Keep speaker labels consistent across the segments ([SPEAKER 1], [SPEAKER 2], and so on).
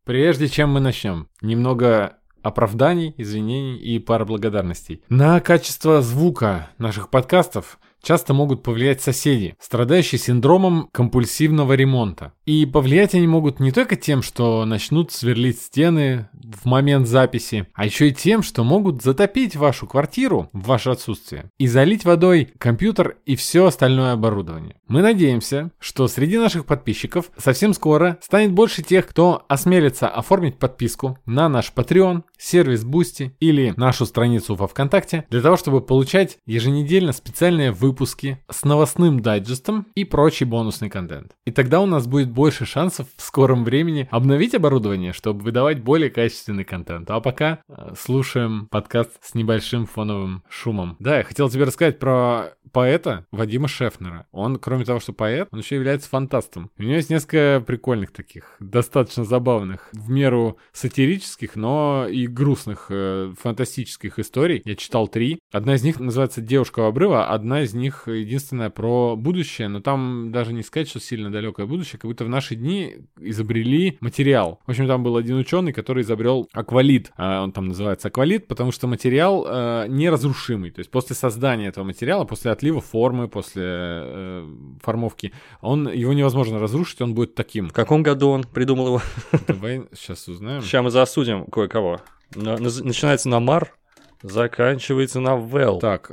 [SPEAKER 1] Прежде чем мы начнем, немного оправданий, извинений и пара благодарностей. На качество звука наших подкастов часто могут повлиять соседи, страдающие синдромом компульсивного ремонта. И повлиять они могут не только тем, что начнут сверлить стены в момент записи, а еще и тем, что могут затопить вашу квартиру в ваше отсутствие и залить водой компьютер и все остальное оборудование. Мы надеемся, что среди наших подписчиков совсем скоро станет больше тех, кто осмелится оформить подписку на наш Patreon, сервис Boosty или нашу страницу во ВКонтакте для того, чтобы получать еженедельно специальные выпуски с новостным дайджестом и прочий бонусный контент. И тогда у нас будет больше шансов в скором времени обновить оборудование, чтобы выдавать более качественный контент. А пока слушаем подкаст с небольшим фоновым шумом. Да, я хотел тебе рассказать про поэта Вадима Шефнера. Он, кроме того, что поэт, он еще является фантастом. У него есть несколько прикольных таких, достаточно забавных, в меру сатирических, но и грустных фантастических историй. Я читал 3. Одна из них называется «Девушка у обрыва», одна из них единственная про будущее, но там даже не сказать, что сильно далекое будущее, как будто в наши дни изобрели материал. В общем, там был один ученый, который изобрел аквалит. Он там называется аквалит, потому что материал неразрушимый. То есть после создания этого материала, после отлива формы, после формовки, его невозможно разрушить, он будет таким.
[SPEAKER 2] В каком году он придумал его?
[SPEAKER 1] Давай сейчас узнаем.
[SPEAKER 2] Сейчас мы засудим кое-кого. Начинается на Мар, заканчивается на Вел.
[SPEAKER 1] Так,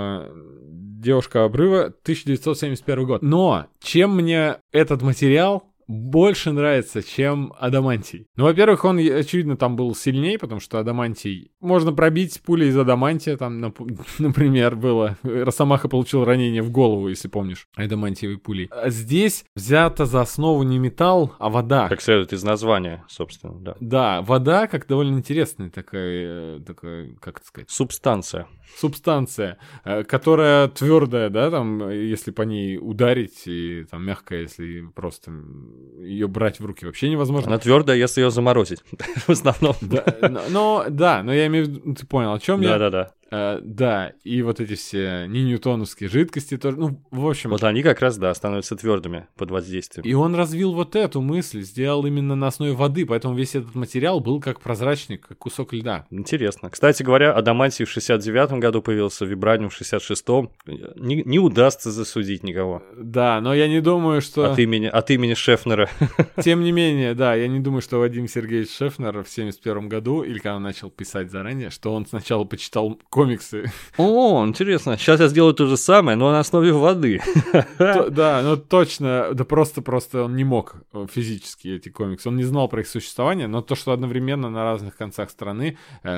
[SPEAKER 1] «Девушка обрыва», 1971 год. Но чем мне этот материал больше нравится, чем адамантий? Ну, во-первых, он, очевидно, там был сильнее, потому что адамантий можно пробить пулей из адамантия, там, например, было. Росомаха получил ранение в голову, если помнишь, адамантиевой пулей. А здесь взято за основу не металл, а вода.
[SPEAKER 2] Как следует из названия, собственно, да.
[SPEAKER 1] Да, вода как довольно интересная такая, как это сказать? Субстанция, которая твердая, да, там, если по ней ударить, и там мягкая, если просто ее брать в руки вообще невозможно.
[SPEAKER 2] Она твердая, если ее заморозить, в основном.
[SPEAKER 1] Но я имею в виду, ты понял, о чем я?
[SPEAKER 2] Да.
[SPEAKER 1] Да, и вот эти все не ньютоновские жидкости тоже, ну, в общем...
[SPEAKER 2] Вот они как раз, да, становятся твердыми под воздействием.
[SPEAKER 1] И он развил вот эту мысль, сделал именно на основе воды, поэтому весь этот материал был как прозрачный, как кусок льда.
[SPEAKER 2] Интересно. Кстати говоря, адамантий в 69-м году появился, вибраниум в 66-м. Не удастся засудить никого.
[SPEAKER 1] Да, но я не думаю, что...
[SPEAKER 2] От имени Шефнера.
[SPEAKER 1] Тем не менее, да, я не думаю, что Вадим Сергеевич Шефнер в 71 году, или когда он начал писать заранее, что он сначала почитал комиксы.
[SPEAKER 2] О, интересно. Сейчас я сделаю то же самое, но на основе воды.
[SPEAKER 1] Да, ну точно. Да просто он не мог физически эти комиксы. Он не знал про их существование, но то, что одновременно на разных концах страны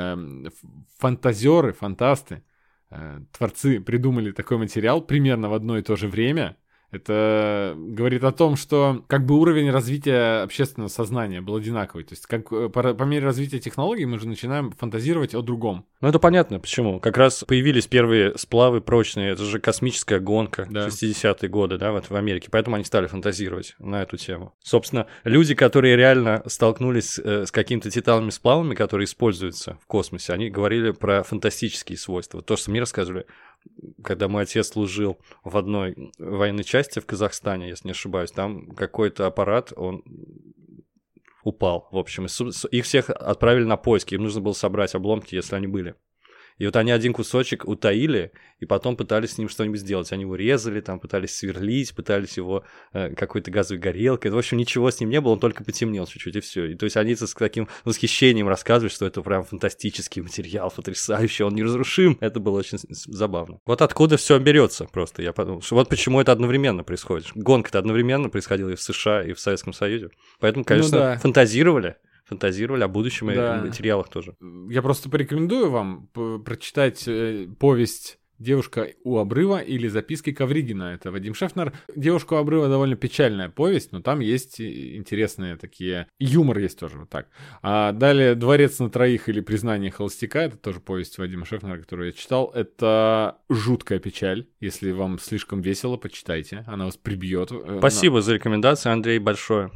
[SPEAKER 1] фантазеры, фантасты, творцы придумали такой материал примерно в одно и то же время, это говорит о том, что как бы уровень развития общественного сознания был одинаковый. То есть как по мере развития технологий мы же начинаем фантазировать о другом.
[SPEAKER 2] Ну это понятно, почему. Как раз появились первые сплавы прочные. Это же космическая гонка,
[SPEAKER 1] да.
[SPEAKER 2] 60-е годы, да, вот в Америке. Поэтому они стали фантазировать на эту тему. Собственно, люди, которые реально столкнулись с какими-то титановыми сплавами, которые используются в космосе, они говорили про фантастические свойства. То, что мне рассказывали, когда мой отец служил в одной военной части в Казахстане, если не ошибаюсь, там какой-то аппарат, он упал, в общем. Их всех отправили на поиски, им нужно было собрать обломки, если они были. И вот они один кусочек утаили, и потом пытались с ним что-нибудь сделать. Они его резали, там пытались сверлить, пытались его какой-то газовой горелкой. В общем, ничего с ним не было, он только потемнел чуть-чуть, и все. И то есть они с таким восхищением рассказывали, что это прям фантастический материал, потрясающий, он неразрушим. Это было очень забавно. Вот откуда все берется просто. Я подумал, что вот почему это одновременно происходит. Гонка-то одновременно происходила и в США, и в Советском Союзе. Поэтому, конечно, фантазировали о будущем и материалах тоже.
[SPEAKER 1] Я просто порекомендую вам прочитать повесть «Девушка у обрыва» или «Записки Ковригина». Это Вадим Шефнер. «Девушка у обрыва» довольно печальная повесть, но там есть интересные такие... Юмор есть тоже, вот так. А далее «Дворец на троих» или «Признание холостяка». Это тоже повесть Вадима Шефнера, которую я читал. Это жуткая печаль. Если вам слишком весело, почитайте. Она вас прибьет.
[SPEAKER 2] Спасибо за рекомендацию, Андрей, большое.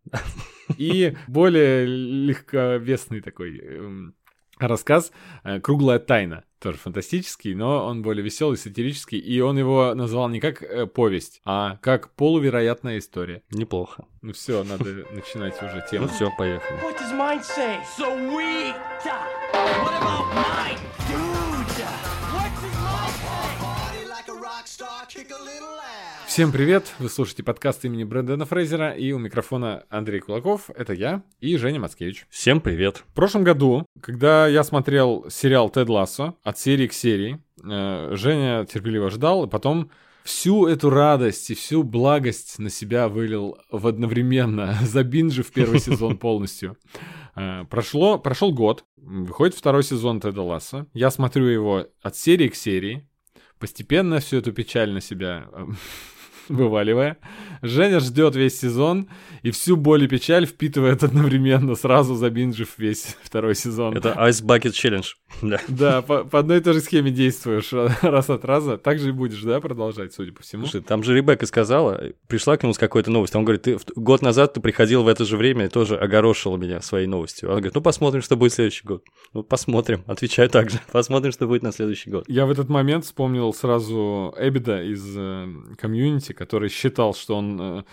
[SPEAKER 1] И более легковесный такой рассказ «Круглая тайна». тоже фантастический, но он более веселый, сатирический, и он его назвал не как повесть, а как полувероятная история.
[SPEAKER 2] Неплохо.
[SPEAKER 1] Ну все, надо начинать уже тему.
[SPEAKER 2] Ну все, поехали.
[SPEAKER 3] What does mine say? Sweet. What about mine, dude? What does mine say? Party like a rock star, kick a little ass.
[SPEAKER 1] Всем привет! Вы слушаете подкаст имени Брэндона Фрейзера, и у микрофона Андрей Кулаков, это я, и Женя Мацкевич.
[SPEAKER 2] Всем привет.
[SPEAKER 1] В прошлом году, когда я смотрел сериал «Тед Лассо» от серии к серии, Женя терпеливо ждал, и потом всю эту радость и всю благость на себя вылил одновременно, забинжив первый сезон полностью. Прошел год, выходит второй сезон «Теда Лассо», я смотрю его от серии к серии, постепенно всю эту печаль на себя вываливая. Женя ждет весь сезон и всю боль и печаль впитывает одновременно, сразу забинжив весь второй сезон.
[SPEAKER 2] Это Ice Bucket Challenge.
[SPEAKER 1] Да, по одной и той же схеме действуешь раз от раза. Так же и будешь, да, продолжать, судя по всему.
[SPEAKER 2] Слушай, там же Ребекка сказала, пришла к нему с какой-то новостью. Он говорит, год назад ты приходил в это же время и тоже огорошила меня своей новостью. Она говорит, ну посмотрим, что будет в следующий год. Ну посмотрим, отвечаю так же. Посмотрим, что будет на следующий год.
[SPEAKER 1] Я в этот момент вспомнил сразу Эбида из комьюнити, который считал, что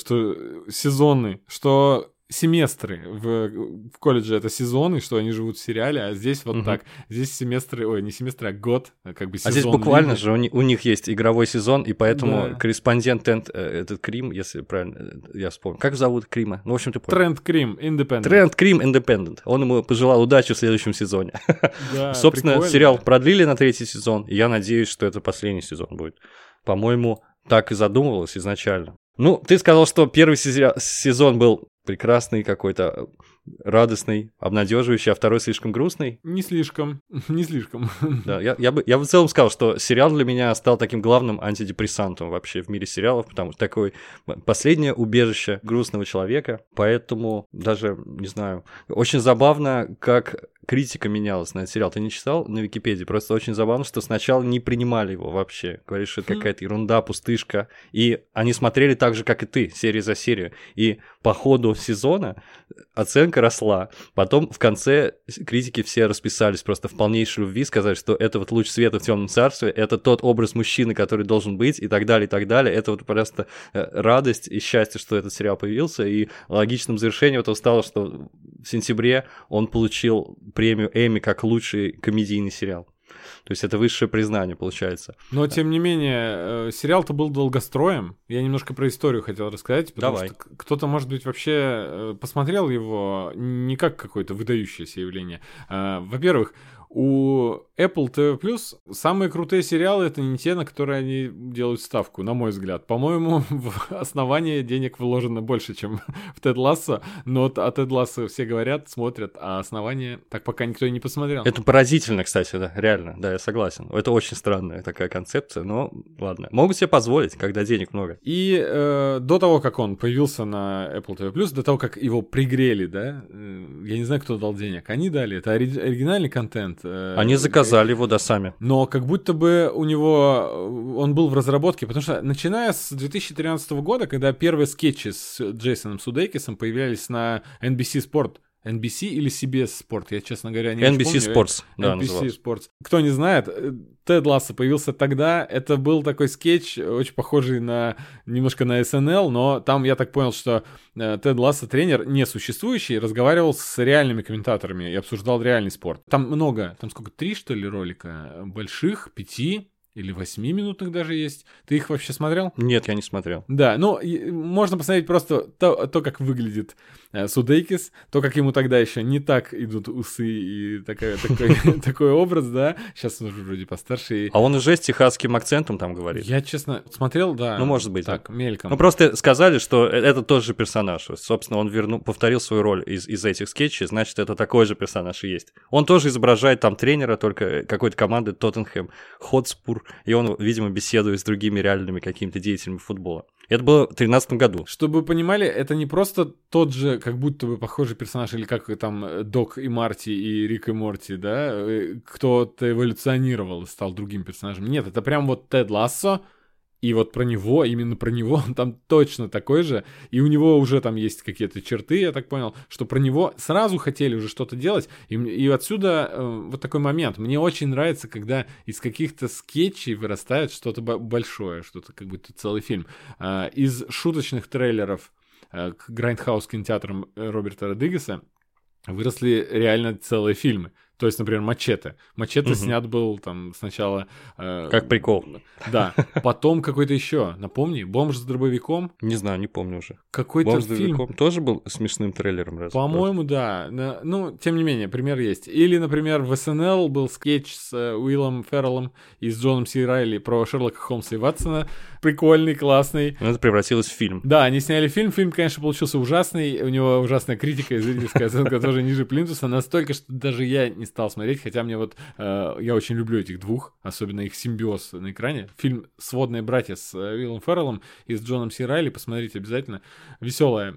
[SPEAKER 1] сезоны, что семестры в колледже это сезоны, что они живут в сериале, а здесь вот так. Здесь семестры, не семестры, а год, как бы сезон.
[SPEAKER 2] А здесь буквально же у них есть игровой сезон, и поэтому корреспондент этот Крим, если правильно я вспомню. Как зовут Крима? Ну, в общем, ты понял.
[SPEAKER 1] Тренд Крим Independent.
[SPEAKER 2] Тренд Крим Independent. Он ему пожелал удачи в следующем сезоне.
[SPEAKER 1] Да,
[SPEAKER 2] собственно,
[SPEAKER 1] прикольно.
[SPEAKER 2] сериал продлили на 3-й сезон, и я надеюсь, что это последний сезон будет. По-моему, так и задумывалось изначально. Ну, ты сказал, что первый сезон был прекрасный какой-то, радостный, обнадеживающий, а второй слишком грустный.
[SPEAKER 1] Не слишком.
[SPEAKER 2] Да, я бы в целом сказал, что сериал для меня стал таким главным антидепрессантом вообще в мире сериалов, потому что такое последнее убежище грустного человека, поэтому даже, не знаю, очень забавно, как критика менялась на этот сериал. Ты не читал на Википедии? Просто очень забавно, что сначала не принимали его вообще. Говоришь, что это какая-то ерунда, пустышка. И они смотрели так же, как и ты, серия за серию. И по ходу сезона оценка росла. Потом в конце критики все расписались просто в полнейшей любви, сказали, что это вот луч света в темном царстве, это тот образ мужчины, который должен быть, и так далее, и так далее. Это вот просто радость и счастье, что этот сериал появился. И логичным завершением этого стало, что в сентябре он получил премию Эмми как лучший комедийный сериал. То есть это высшее признание, получается.
[SPEAKER 1] Но, тем не менее, сериал-то был долгостроем. Я немножко про историю хотел рассказать, потому что кто-то, может быть, вообще посмотрел его не как какое-то выдающееся явление. Во-первых, у Apple TV+, самые крутые сериалы — это не те, на которые они делают ставку, на мой взгляд. По-моему, в основании денег вложено больше, чем в Тед Лассо, но о Тед Лассо все говорят, смотрят, а основание так пока никто и не посмотрел.
[SPEAKER 2] Это поразительно, кстати, да, реально, да, я согласен. Это очень странная такая концепция, но ладно. Могут себе позволить, когда денег много.
[SPEAKER 1] И до того, как он появился на Apple TV+, до того, как его пригрели, да, я не знаю, кто дал денег, они дали, это оригинальный контент.
[SPEAKER 2] Они заказали его, да, сами.
[SPEAKER 1] Но как будто бы он был в разработке, потому что начиная с 2013 года, когда первые скетчи с Джейсоном Судейкисом появлялись на NBC Sport, NBC или CBS Sport, я, честно говоря, не
[SPEAKER 2] NBC
[SPEAKER 1] очень помню.
[SPEAKER 2] Sports, да,
[SPEAKER 1] NBC Sports. Кто не знает, Тед Лассо появился тогда, это был такой скетч, очень похожий немножко на SNL, но там я так понял, что Тед Лассо, тренер несуществующий, разговаривал с реальными комментаторами и обсуждал реальный спорт. Там много, там сколько, 3, что ли, ролика? Больших, 5 или 8-минутных даже есть. Ты их вообще смотрел?
[SPEAKER 2] Нет, я не смотрел.
[SPEAKER 1] Да, ну, можно посмотреть просто то как выглядит Судейкис, то, как ему тогда еще не так идут усы и такой образ, да. Сейчас он уже вроде постарше.
[SPEAKER 2] А он уже с техасским акцентом там говорит.
[SPEAKER 1] Я, честно, смотрел, да.
[SPEAKER 2] Ну, может быть.
[SPEAKER 1] Так, мельком.
[SPEAKER 2] Ну, просто сказали, что это тот же персонаж. Собственно, он повторил свою роль из этих скетчей, значит, это такой же персонаж и есть. Он тоже изображает там тренера, только какой-то команды Тоттенхэм Хотспур, и он, видимо, беседует с другими реальными какими-то деятелями футбола. Это было в 2013 году.
[SPEAKER 1] Чтобы вы понимали, это не просто тот же, как будто бы похожий персонаж, или как там Док и Марти и Рик и Морти, да, кто-то эволюционировал и стал другим персонажем. Нет, это прям вот Тед Лассо И вот про него, именно про него, он там точно такой же. И у него уже там есть какие-то черты, я так понял, что про него сразу хотели уже что-то делать. И отсюда вот такой момент. Мне очень нравится, когда из каких-то скетчей вырастает что-то большое, что-то как будто целый фильм. Из шуточных трейлеров к Грайндхаус кинотеатрам Роберта Родригеса выросли реально целые фильмы. То есть, например, «Мачете». «Мачете» снят был там сначала...
[SPEAKER 2] Как прикол.
[SPEAKER 1] Да. Потом какой-то еще. Напомни, «Бомж с дробовиком».
[SPEAKER 2] Не знаю, не помню уже.
[SPEAKER 1] Какой-то
[SPEAKER 2] «Бомж с
[SPEAKER 1] фильм.
[SPEAKER 2] дробовиком» тоже был смешным трейлером, разве?
[SPEAKER 1] По-моему, да. Ну, тем не менее, пример есть. Или, например, в СНЛ был скетч с Уиллом Ферреллом и с Джоном Си Райли про Шерлока Холмса и Ватсона. Прикольный, классный.
[SPEAKER 2] Но это превратилось в фильм.
[SPEAKER 1] Да, они сняли фильм. Фильм, конечно, получился ужасный. У него ужасная критика и зрительская оценка тоже ниже плинтуса. Настолько, что даже я не стал смотреть. Хотя мне вот... я очень люблю этих двух. Особенно их симбиоз на экране. Фильм «Сводные братья» с Уиллом Ферреллом и с Джоном Си Райли. Посмотрите обязательно. Веселая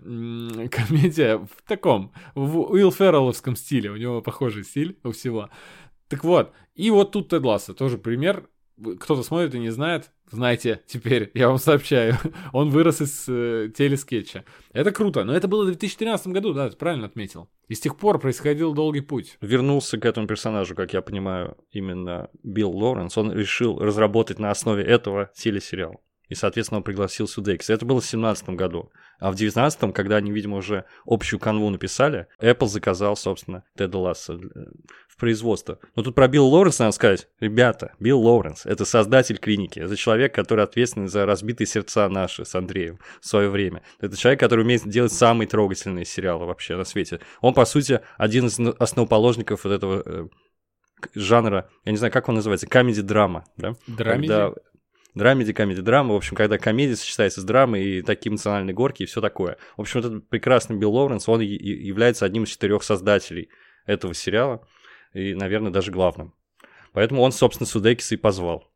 [SPEAKER 1] комедия в таком, в Уилл Феррелловском стиле. У него похожий стиль у всего. Так вот. И вот тут Тед Лассо. Тоже пример. Кто-то смотрит и не знает. Знаете, теперь я вам сообщаю. Он вырос из телескетча. Это круто. Но это было в 2013 году, да, ты правильно отметил. И с тех пор происходил долгий путь.
[SPEAKER 2] Вернулся к этому персонажу, как я понимаю, именно Билл Лоуренс. Он решил разработать на основе этого телесериал. И, соответственно, он пригласил Судейкиса. Это было в 2017 году. А в 2019, когда они, видимо, уже общую канву написали, Apple заказал, собственно, Теда Лассо в производство. Но тут про Билла Лоуренса надо сказать. Ребята, Билл Лоуренс – это создатель «Клиники». Это человек, который ответственный за разбитые сердца наши с Андреем в свое время. Это человек, который умеет делать самые трогательные сериалы вообще на свете. Он, по сути, один из основоположников вот этого жанра, я не знаю, как он называется, комеди-драма. Да?
[SPEAKER 1] Драмеди?
[SPEAKER 2] Драмеди, комеди-драма, в общем, когда комедия сочетается с драмой и такие эмоциональные горки и все такое. В общем, вот этот прекрасный Билл Лоуренс, он является одним из 4 создателей этого сериала и, наверное, даже главным. Поэтому он, собственно, Судейкиса и позвал.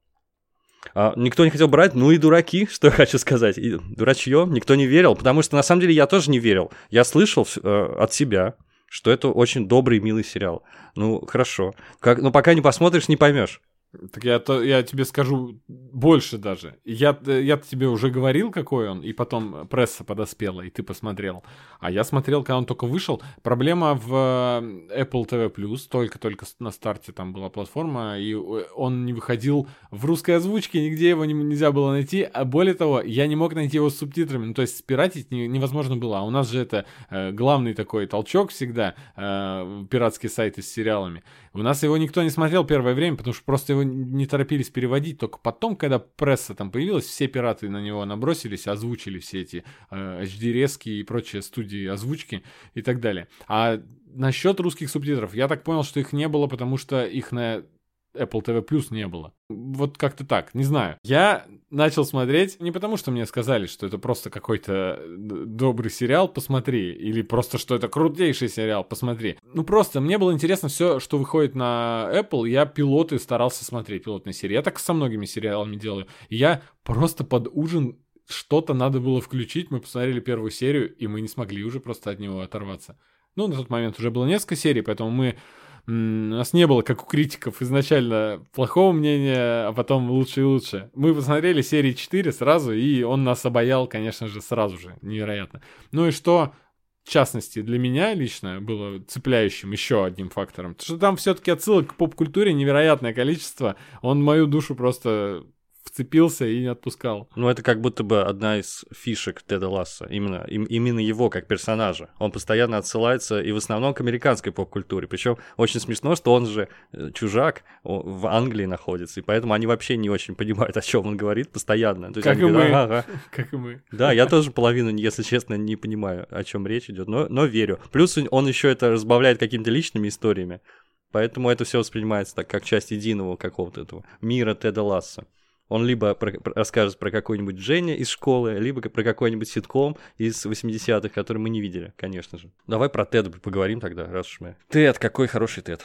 [SPEAKER 2] Никто не хотел брать, ну и дураки, что я хочу сказать. И дурачье, никто не верил, потому что, на самом деле, я тоже не верил. Я слышал от себя, что это очень добрый, милый сериал. Ну, хорошо. Но пока не посмотришь, не поймешь.
[SPEAKER 1] Так я тебе скажу больше даже. Я тебе уже говорил, какой он, и потом пресса подоспела, и ты посмотрел. А я смотрел, когда он только вышел. Проблема в Apple TV+, только-только на старте там была платформа, и он не выходил в русской озвучке, нигде его нельзя было найти. А более того, я не мог найти его с субтитрами. Ну, то есть спиратить невозможно было. А у нас же это главный такой толчок всегда, пиратские сайты с сериалами. У нас его никто не смотрел первое время, потому что просто его не торопились переводить. Только потом, когда пресса там появилась, все пираты на него набросились, озвучили все эти HD-резки и прочие студии озвучки и так далее. А насчет русских субтитров, я так понял, что их не было, потому что их на Apple TV Plus не было. Вот как-то так, не знаю. Я начал смотреть не потому, что мне сказали, что это просто какой-то добрый сериал, посмотри, или просто, что это крутейший сериал, посмотри. Ну просто, мне было интересно все, что выходит на Apple, я пилоты старался смотреть, пилотные серии. Я так со многими сериалами делаю. И я просто под ужин что-то надо было включить, мы посмотрели первую серию, и мы не смогли уже просто от него оторваться. Ну, на тот момент уже было несколько серий, поэтому у нас не было, как у критиков, изначально плохого мнения, а потом лучше и лучше. Мы посмотрели серии 4 сразу, и он нас обаял, конечно же, сразу же. Невероятно. Ну и что, в частности, для меня лично было цепляющим еще одним фактором, что там все-таки отсылок к поп-культуре невероятное количество. Он мою душу просто вцепился и не отпускал.
[SPEAKER 2] Ну, это как будто бы одна из фишек Теда Лассо, именно его как персонажа. Он постоянно отсылается и в основном к американской поп-культуре. Причем очень смешно, что он же чужак, в Англии находится, и поэтому они вообще не очень понимают, о чем он говорит постоянно. То есть
[SPEAKER 1] как и мы.
[SPEAKER 2] Ага.
[SPEAKER 1] Как и мы.
[SPEAKER 2] Да, я тоже половину, если честно, не понимаю, о чем речь идет, но верю. Плюс он еще это разбавляет какими-то личными историями, поэтому это все воспринимается так, как часть единого какого-то этого мира Теда Лассо. Он либо расскажет про какую-нибудь Дженни из школы, либо про какой-нибудь ситком из 80-х, который мы не видели, конечно же. Давай про Теда поговорим тогда, раз уж мы... Тед, какой хороший Тед.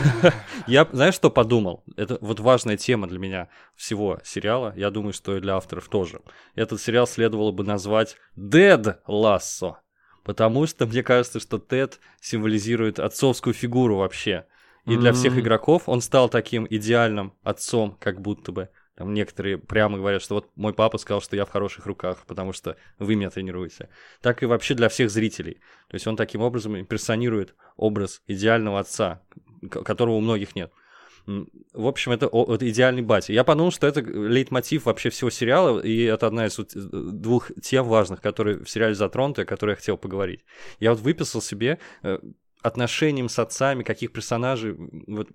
[SPEAKER 2] Я, знаешь, что подумал? Это вот важная тема для меня всего сериала. Я думаю, что и для авторов тоже. Этот сериал следовало бы назвать «Дед Лассо», потому что мне кажется, что Тед символизирует отцовскую фигуру вообще. И для всех игроков он стал таким идеальным отцом, как будто бы. Там некоторые прямо говорят, что вот мой папа сказал, что я в хороших руках, потому что вы меня тренируете. Так и вообще для всех зрителей. То есть он таким образом имперсонирует образ идеального отца, которого у многих нет. В общем, это идеальный батя. Я подумал, что это лейтмотив вообще всего сериала, и это одна из двух тем важных, которые в сериале затронуты, о которых я хотел поговорить. Я вот выписал себе отношениям с отцами, каких персонажей, вот,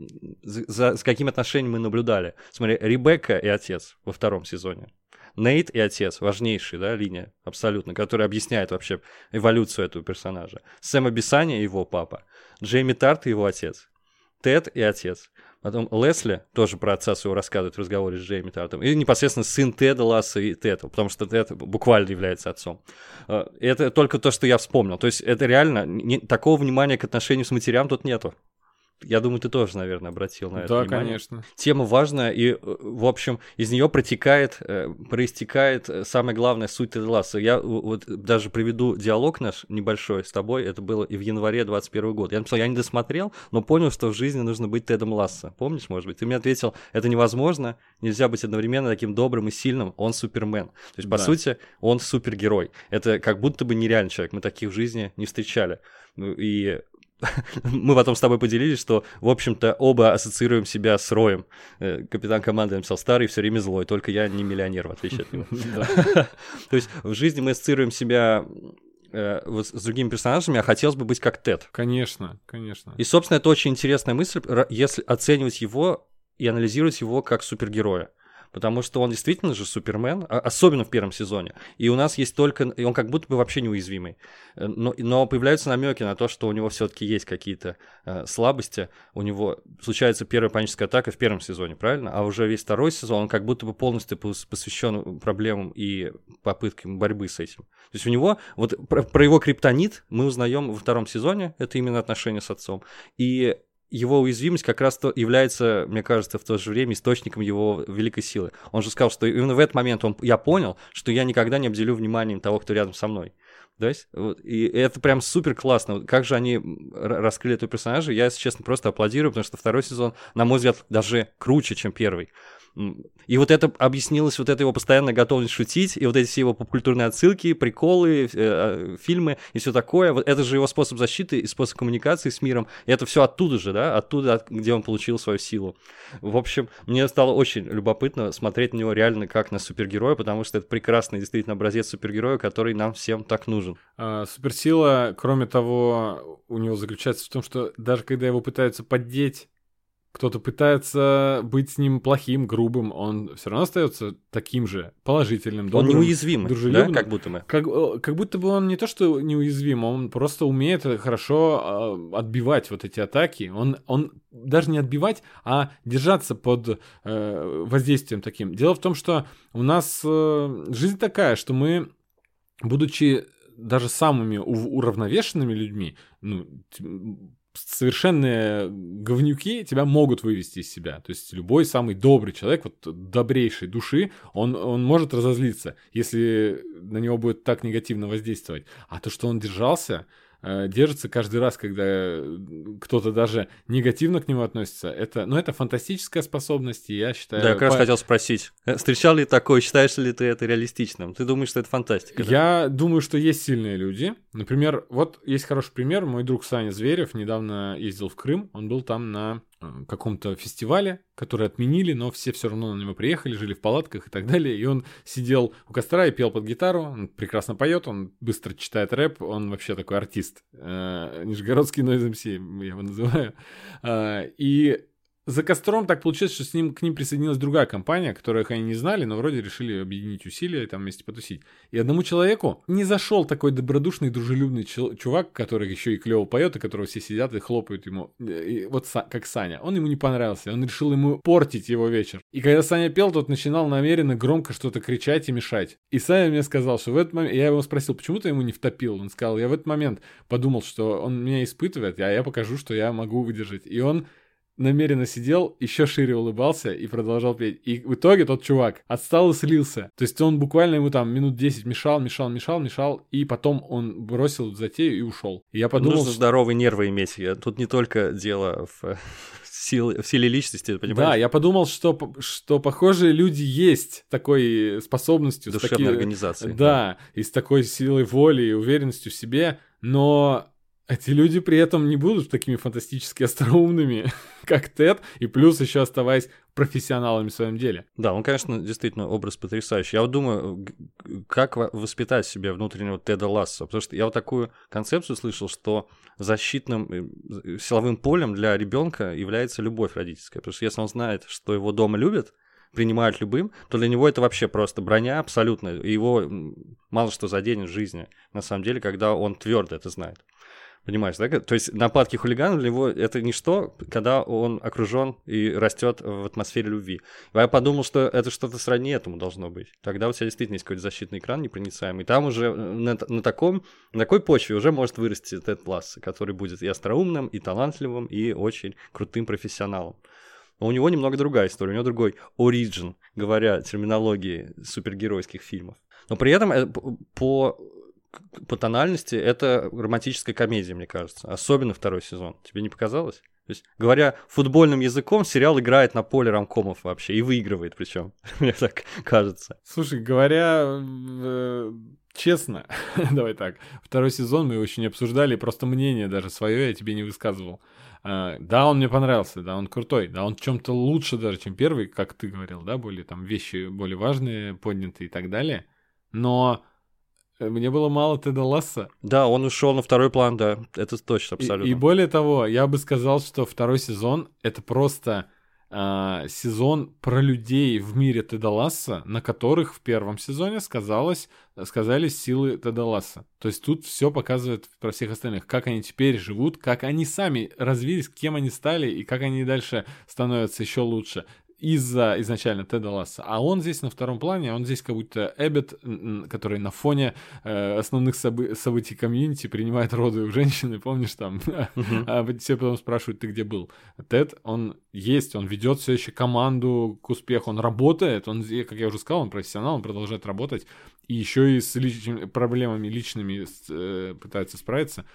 [SPEAKER 2] с какими отношениями мы наблюдали. Смотри, Ребекка и отец во 2 сезоне. Нейт и отец, важнейшая, да, линия, абсолютно, которая объясняет вообще эволюцию этого персонажа. Сэма Бисани и его папа. Джейми Тарт и его отец. Тед и отец. Потом Лесли тоже про отца своего рассказывает в разговоре с Джейми Тартом. И непосредственно сын Теда Ласса и Теда, потому что Тед буквально является отцом. Это только то, что я вспомнил. То есть это реально, такого внимания к отношению с матерям тут нету. Я думаю, ты тоже, наверное, обратил на это внимание. Да,
[SPEAKER 1] конечно.
[SPEAKER 2] Тема важная, и, в общем, из нее проистекает самая главная суть Теда Ласса. Я вот даже приведу диалог наш небольшой с тобой, это было и в январе 2021 года. Я написал, я не досмотрел, но понял, что в жизни нужно быть Тедом Ласса. Помнишь, может быть? Ты мне ответил, это невозможно, нельзя быть одновременно таким добрым и сильным, он супермен. То есть, по сути, он супергерой. Это как будто бы нереальный человек, мы таких в жизни не встречали. И мы потом с тобой поделились, что, в общем-то, оба ассоциируем себя с Роем. Капитан команды написал, старый, все время злой, только я не миллионер, в отличие от него. То есть в жизни мы ассоциируем себя с другими персонажами, а хотелось бы быть как Тед.
[SPEAKER 1] Конечно, конечно.
[SPEAKER 2] И, собственно, это очень интересная мысль, если оценивать его и анализировать его как супергероя. Потому что он действительно же супермен, особенно в 1 сезоне. И у нас есть только... И он как будто бы вообще неуязвимый. Но появляются намеки на то, что у него все-таки есть какие-то слабости. У него случается первая паническая атака в 1 сезоне, правильно? А уже весь 2 сезон, он как будто бы полностью посвящен проблемам и попыткам борьбы с этим. То есть у него... Вот про его криптонит мы узнаем во 2 сезоне. Это именно отношения с отцом. И его уязвимость как раз является, мне кажется, в то же время источником его великой силы. Он же сказал, что именно в этот момент я понял, что я никогда не обделю вниманием того, кто рядом со мной. То есть, и это прям супер классно. Как же они раскрыли этого персонажа, я, если честно, просто аплодирую, потому что 2 сезон, на мой взгляд, даже круче, чем 1. И вот это объяснилось, вот эта его постоянная готовность шутить, и вот эти все его попкультурные отсылки, приколы, фильмы и все такое. Вот это же его способ защиты и способ коммуникации с миром. И это все оттуда же, да, оттуда, где он получил свою силу. В общем, мне стало очень любопытно смотреть на него реально как на супергероя, потому что это прекрасный действительно образец супергероя, который нам всем так нужен.
[SPEAKER 1] Суперсила, кроме того, у него заключается в том, что даже когда его пытаются поддеть, кто-то пытается быть с ним плохим, грубым, он все равно остается таким же положительным, добрым,
[SPEAKER 2] он неуязвимый,
[SPEAKER 1] дружелюбным.
[SPEAKER 2] Да, как будто мы.
[SPEAKER 1] Как будто бы он не то что неуязвим, он просто умеет хорошо отбивать вот эти атаки. Он даже не отбивать, а держаться под воздействием таким. Дело в том, что у нас жизнь такая, что мы, будучи даже самыми уравновешенными людьми, совершенные говнюки тебя могут вывести из себя. То есть любой самый добрый человек, вот добрейшей души, он может разозлиться, если на него будет так негативно воздействовать. А то, что он держится каждый раз, когда кто-то даже негативно к нему относится, это фантастическая способность, и я считаю...
[SPEAKER 2] Да, я как раз хотел спросить, встречал ли такое, считаешь ли ты это реалистичным? Ты думаешь, что это фантастика?
[SPEAKER 1] Я думаю, что есть сильные люди. Например, вот есть хороший пример, мой друг Саня Зверев недавно ездил в Крым, он был там на каком-то фестивале, который отменили, но все равно на него приехали, жили в палатках и так далее, и он сидел у костра и пел под гитару, он прекрасно поет, он быстро читает рэп, он вообще такой артист, нижегородский Noise MC, я его называю, и за костром так получилось, что к ним присоединилась другая компания, которых они не знали, но вроде решили объединить усилия и там вместе потусить. И одному человеку не зашел такой добродушный, дружелюбный чувак, который еще и клево поет, и которого все сидят и хлопают ему. И вот как Саня. Он ему не понравился, он решил ему портить его вечер. И когда Саня пел, тот начинал намеренно громко что-то кричать и мешать. И Саня мне сказал, что в этот момент... Я его спросил, почему ты ему не втопил? Он сказал, я в этот момент подумал, что он меня испытывает, а я покажу, что я могу выдержать. И он намеренно сидел, еще шире улыбался и продолжал петь. И в итоге тот чувак отстал и слился. То есть он буквально ему там минут 10 мешал, и потом он бросил затею и ушел. И я подумал...
[SPEAKER 2] Нужно здоровые нервы иметь. Тут не только дело в в силе личности, понимаешь?
[SPEAKER 1] Да, я подумал, что похожие люди есть такой способностью.
[SPEAKER 2] Душевной организацией.
[SPEAKER 1] Да, и с такой силой воли и уверенностью в себе, но эти люди при этом не будут такими фантастически остроумными, как Тед, и плюс еще оставаясь профессионалами в своем деле.
[SPEAKER 2] Да, он, конечно, действительно образ потрясающий. Я вот думаю, как воспитать в себе внутреннего Теда Лассо, потому что я вот такую концепцию слышал, что защитным силовым полем для ребенка является любовь родительская, потому что если он знает, что его дома любят, принимают любым, то для него это вообще просто броня абсолютно, и его мало что заденет в жизни, на самом деле, когда он твердо это знает. Понимаешь, да? То есть нападки хулиганов для него это ничто, когда он окружен и растет в атмосфере любви. И я подумал, что это что-то сродни этому должно быть. Тогда у тебя действительно есть какой-то защитный экран непроницаемый. Там уже на такой почве уже может вырасти Тед Лассо, который будет и остроумным, и талантливым, и очень крутым профессионалом. Но у него немного другая история, у него другой origin, говоря терминологией супергеройских фильмов. Но при этом по тональности это романтическая комедия, мне кажется. Особенно второй сезон. Тебе не показалось? То есть, говоря футбольным языком, сериал играет на поле ромкомов вообще. И выигрывает причем. Мне так кажется.
[SPEAKER 1] Слушай, говоря честно, давай так. Второй сезон мы очень обсуждали, просто мнение даже свое я тебе не высказывал. Да, он мне понравился, да, он крутой, да, он в чем-то лучше даже, чем первый, как ты говорил, да, более там вещи более важные, поднятые и так далее. Но мне было мало Теда Лассо.
[SPEAKER 2] Да, он ушел на второй план, да, это точно, абсолютно.
[SPEAKER 1] И более того, я бы сказал, что второй сезон — это просто сезон про людей в мире Теда Лассо, на которых в первом сезоне сказались силы Теда Лассо. То есть тут все показывает про всех остальных, как они теперь живут, как они сами развились, кем они стали и как они дальше становятся еще лучше из-за изначально Теда Лассо. А он здесь на втором плане, он здесь как будто Эббет, который на фоне основных событий комьюнити принимает роды у женщины, помнишь там? А все потом спрашивают, ты где был? Тед, он есть, он ведет все еще команду к успеху, он работает, он, как я уже сказал, он профессионал, он продолжает работать, и еще и с проблемами личными пытается справиться.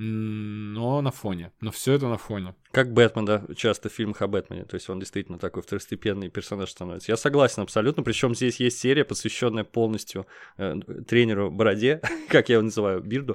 [SPEAKER 1] Но на фоне. Но все это на фоне.
[SPEAKER 2] Как Бэтмен, да, часто в фильмах о Бэтмене. То есть он действительно такой второстепенный персонаж становится. Я согласен абсолютно. Причем здесь есть серия, посвященная полностью тренеру Бороде, как я его называю, Бирду.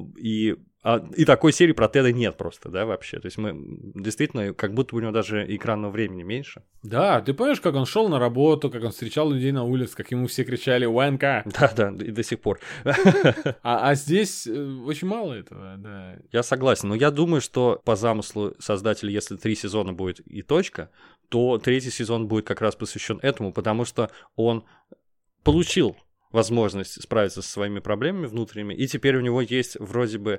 [SPEAKER 2] И такой серии про Теда нет просто, да, вообще. То есть мы действительно, как будто у него даже экранного времени меньше.
[SPEAKER 1] Да, ты помнишь, как он шел на работу, как он встречал людей на улице, как ему все кричали «УНК».
[SPEAKER 2] Да, и до сих пор.
[SPEAKER 1] А здесь очень мало этого, да.
[SPEAKER 2] Я согласен, но я думаю, что по замыслу создателя, если 3 сезона будет и точка, то 3-й сезон будет как раз посвящен этому, потому что он получил возможность справиться со своими проблемами внутренними, и теперь у него есть вроде бы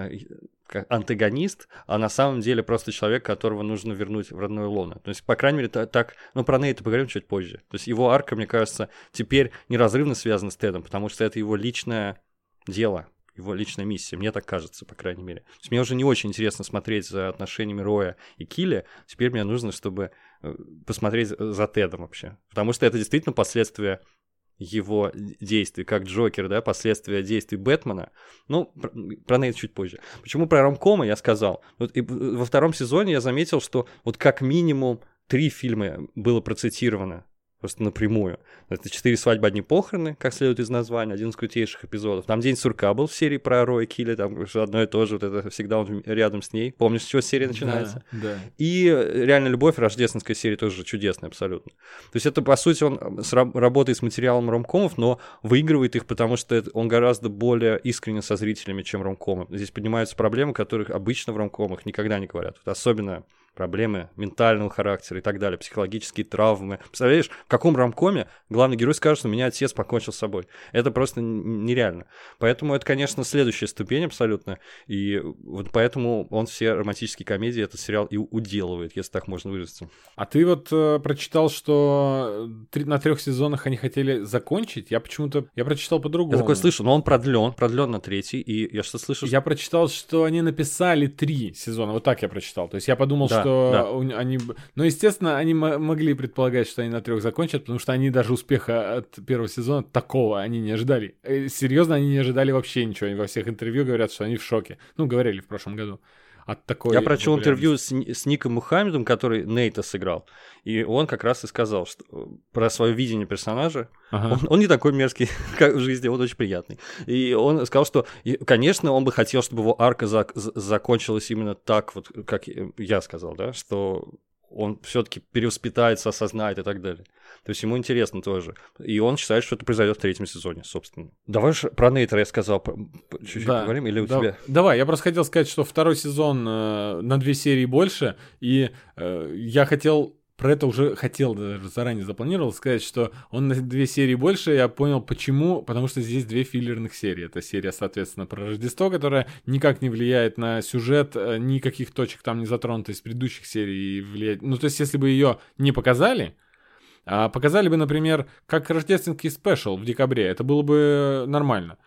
[SPEAKER 2] антагонист, а на самом деле просто человек, которого нужно вернуть в родное лоно. То есть, по крайней мере, так, ну, про Нейта поговорим чуть позже. То есть его арка, мне кажется, теперь неразрывно связана с Тедом, потому что это его личное дело, его личная миссия, мне так кажется, по крайней мере. То есть мне уже не очень интересно смотреть за отношениями Роя и Килли, теперь мне нужно, чтобы посмотреть за Тедом вообще, потому что это действительно последствия его действий, как Джокер, да, последствия действий Бэтмена. Ну, про Нейт чуть позже. Почему про ромкомы я сказал? Вот и во втором сезоне я заметил, что вот как минимум 3 фильма было процитировано просто напрямую. Это 4 свадьбы, одни похороны, как следует из названия, один из крутейших эпизодов. Там День сурка был в серии про Роя Килли, там одно и то же, вот это всегда он рядом с ней. Помнишь, с чего серия начинается?
[SPEAKER 1] Да.
[SPEAKER 2] И «Реальная любовь», рождественская серия тоже чудесная абсолютно. То есть это, по сути, он работает с материалом ромкомов, но выигрывает их, потому что он гораздо более искренне со зрителями, чем ромкомы. Здесь поднимаются проблемы, которых обычно в ромкомах никогда не говорят. Вот особенно проблемы ментального характера и так далее, психологические травмы. Представляешь, в каком ромкоме главный герой скажет, что меня отец покончил с собой. Это просто нереально. Поэтому это, конечно, следующая ступень абсолютно. И вот поэтому он все романтические комедии, этот сериал и уделывает, если так можно выразиться.
[SPEAKER 1] А ты вот прочитал, что на 3 сезонах они хотели закончить? Я прочитал по-другому.
[SPEAKER 2] Я такое слышу, но он продлен на 3-й, и я что слышу?
[SPEAKER 1] Я прочитал, что они написали 3 сезона, вот так я прочитал. То есть я подумал, что они... Ну, естественно, они могли предполагать, что они на 3 закончат, потому что они даже успеха от первого сезона такого они не ожидали. Серьезно, они не ожидали вообще ничего. Они во всех интервью говорят, что они в шоке. Ну, говорили в прошлом году. от такой...
[SPEAKER 2] Я прочел интервью
[SPEAKER 1] популярности.
[SPEAKER 2] с Ником Мухаммедом, который Нейта сыграл, и он как раз и сказал что, про свое видение персонажа.
[SPEAKER 1] Ага.
[SPEAKER 2] Он не такой мерзкий, как в жизни, он очень приятный. И он сказал, что, конечно, он бы хотел, чтобы его арка закончилась именно так, вот, как я сказал, да, что он все-таки перевоспитается, осознает и так далее. То есть ему интересно тоже. И он считает, что это произойдет в 3-м сезоне, собственно. Давай же про Нейтера я сказал, чуть-чуть поговорим, или у тебя...
[SPEAKER 1] Давай, я просто хотел сказать, что второй сезон на 2 серии больше, и я хотел... Про это уже хотел, даже заранее запланировал сказать, что он на 2 серии больше, я понял почему, потому что здесь 2 филлерных серии. Это серия, соответственно, про Рождество, которая никак не влияет на сюжет, никаких точек там не затронуто из предыдущих серий. Влияет... Ну, то есть, если бы ее не показали, а показали бы, например, как рождественский спешл в декабре, это было бы нормально.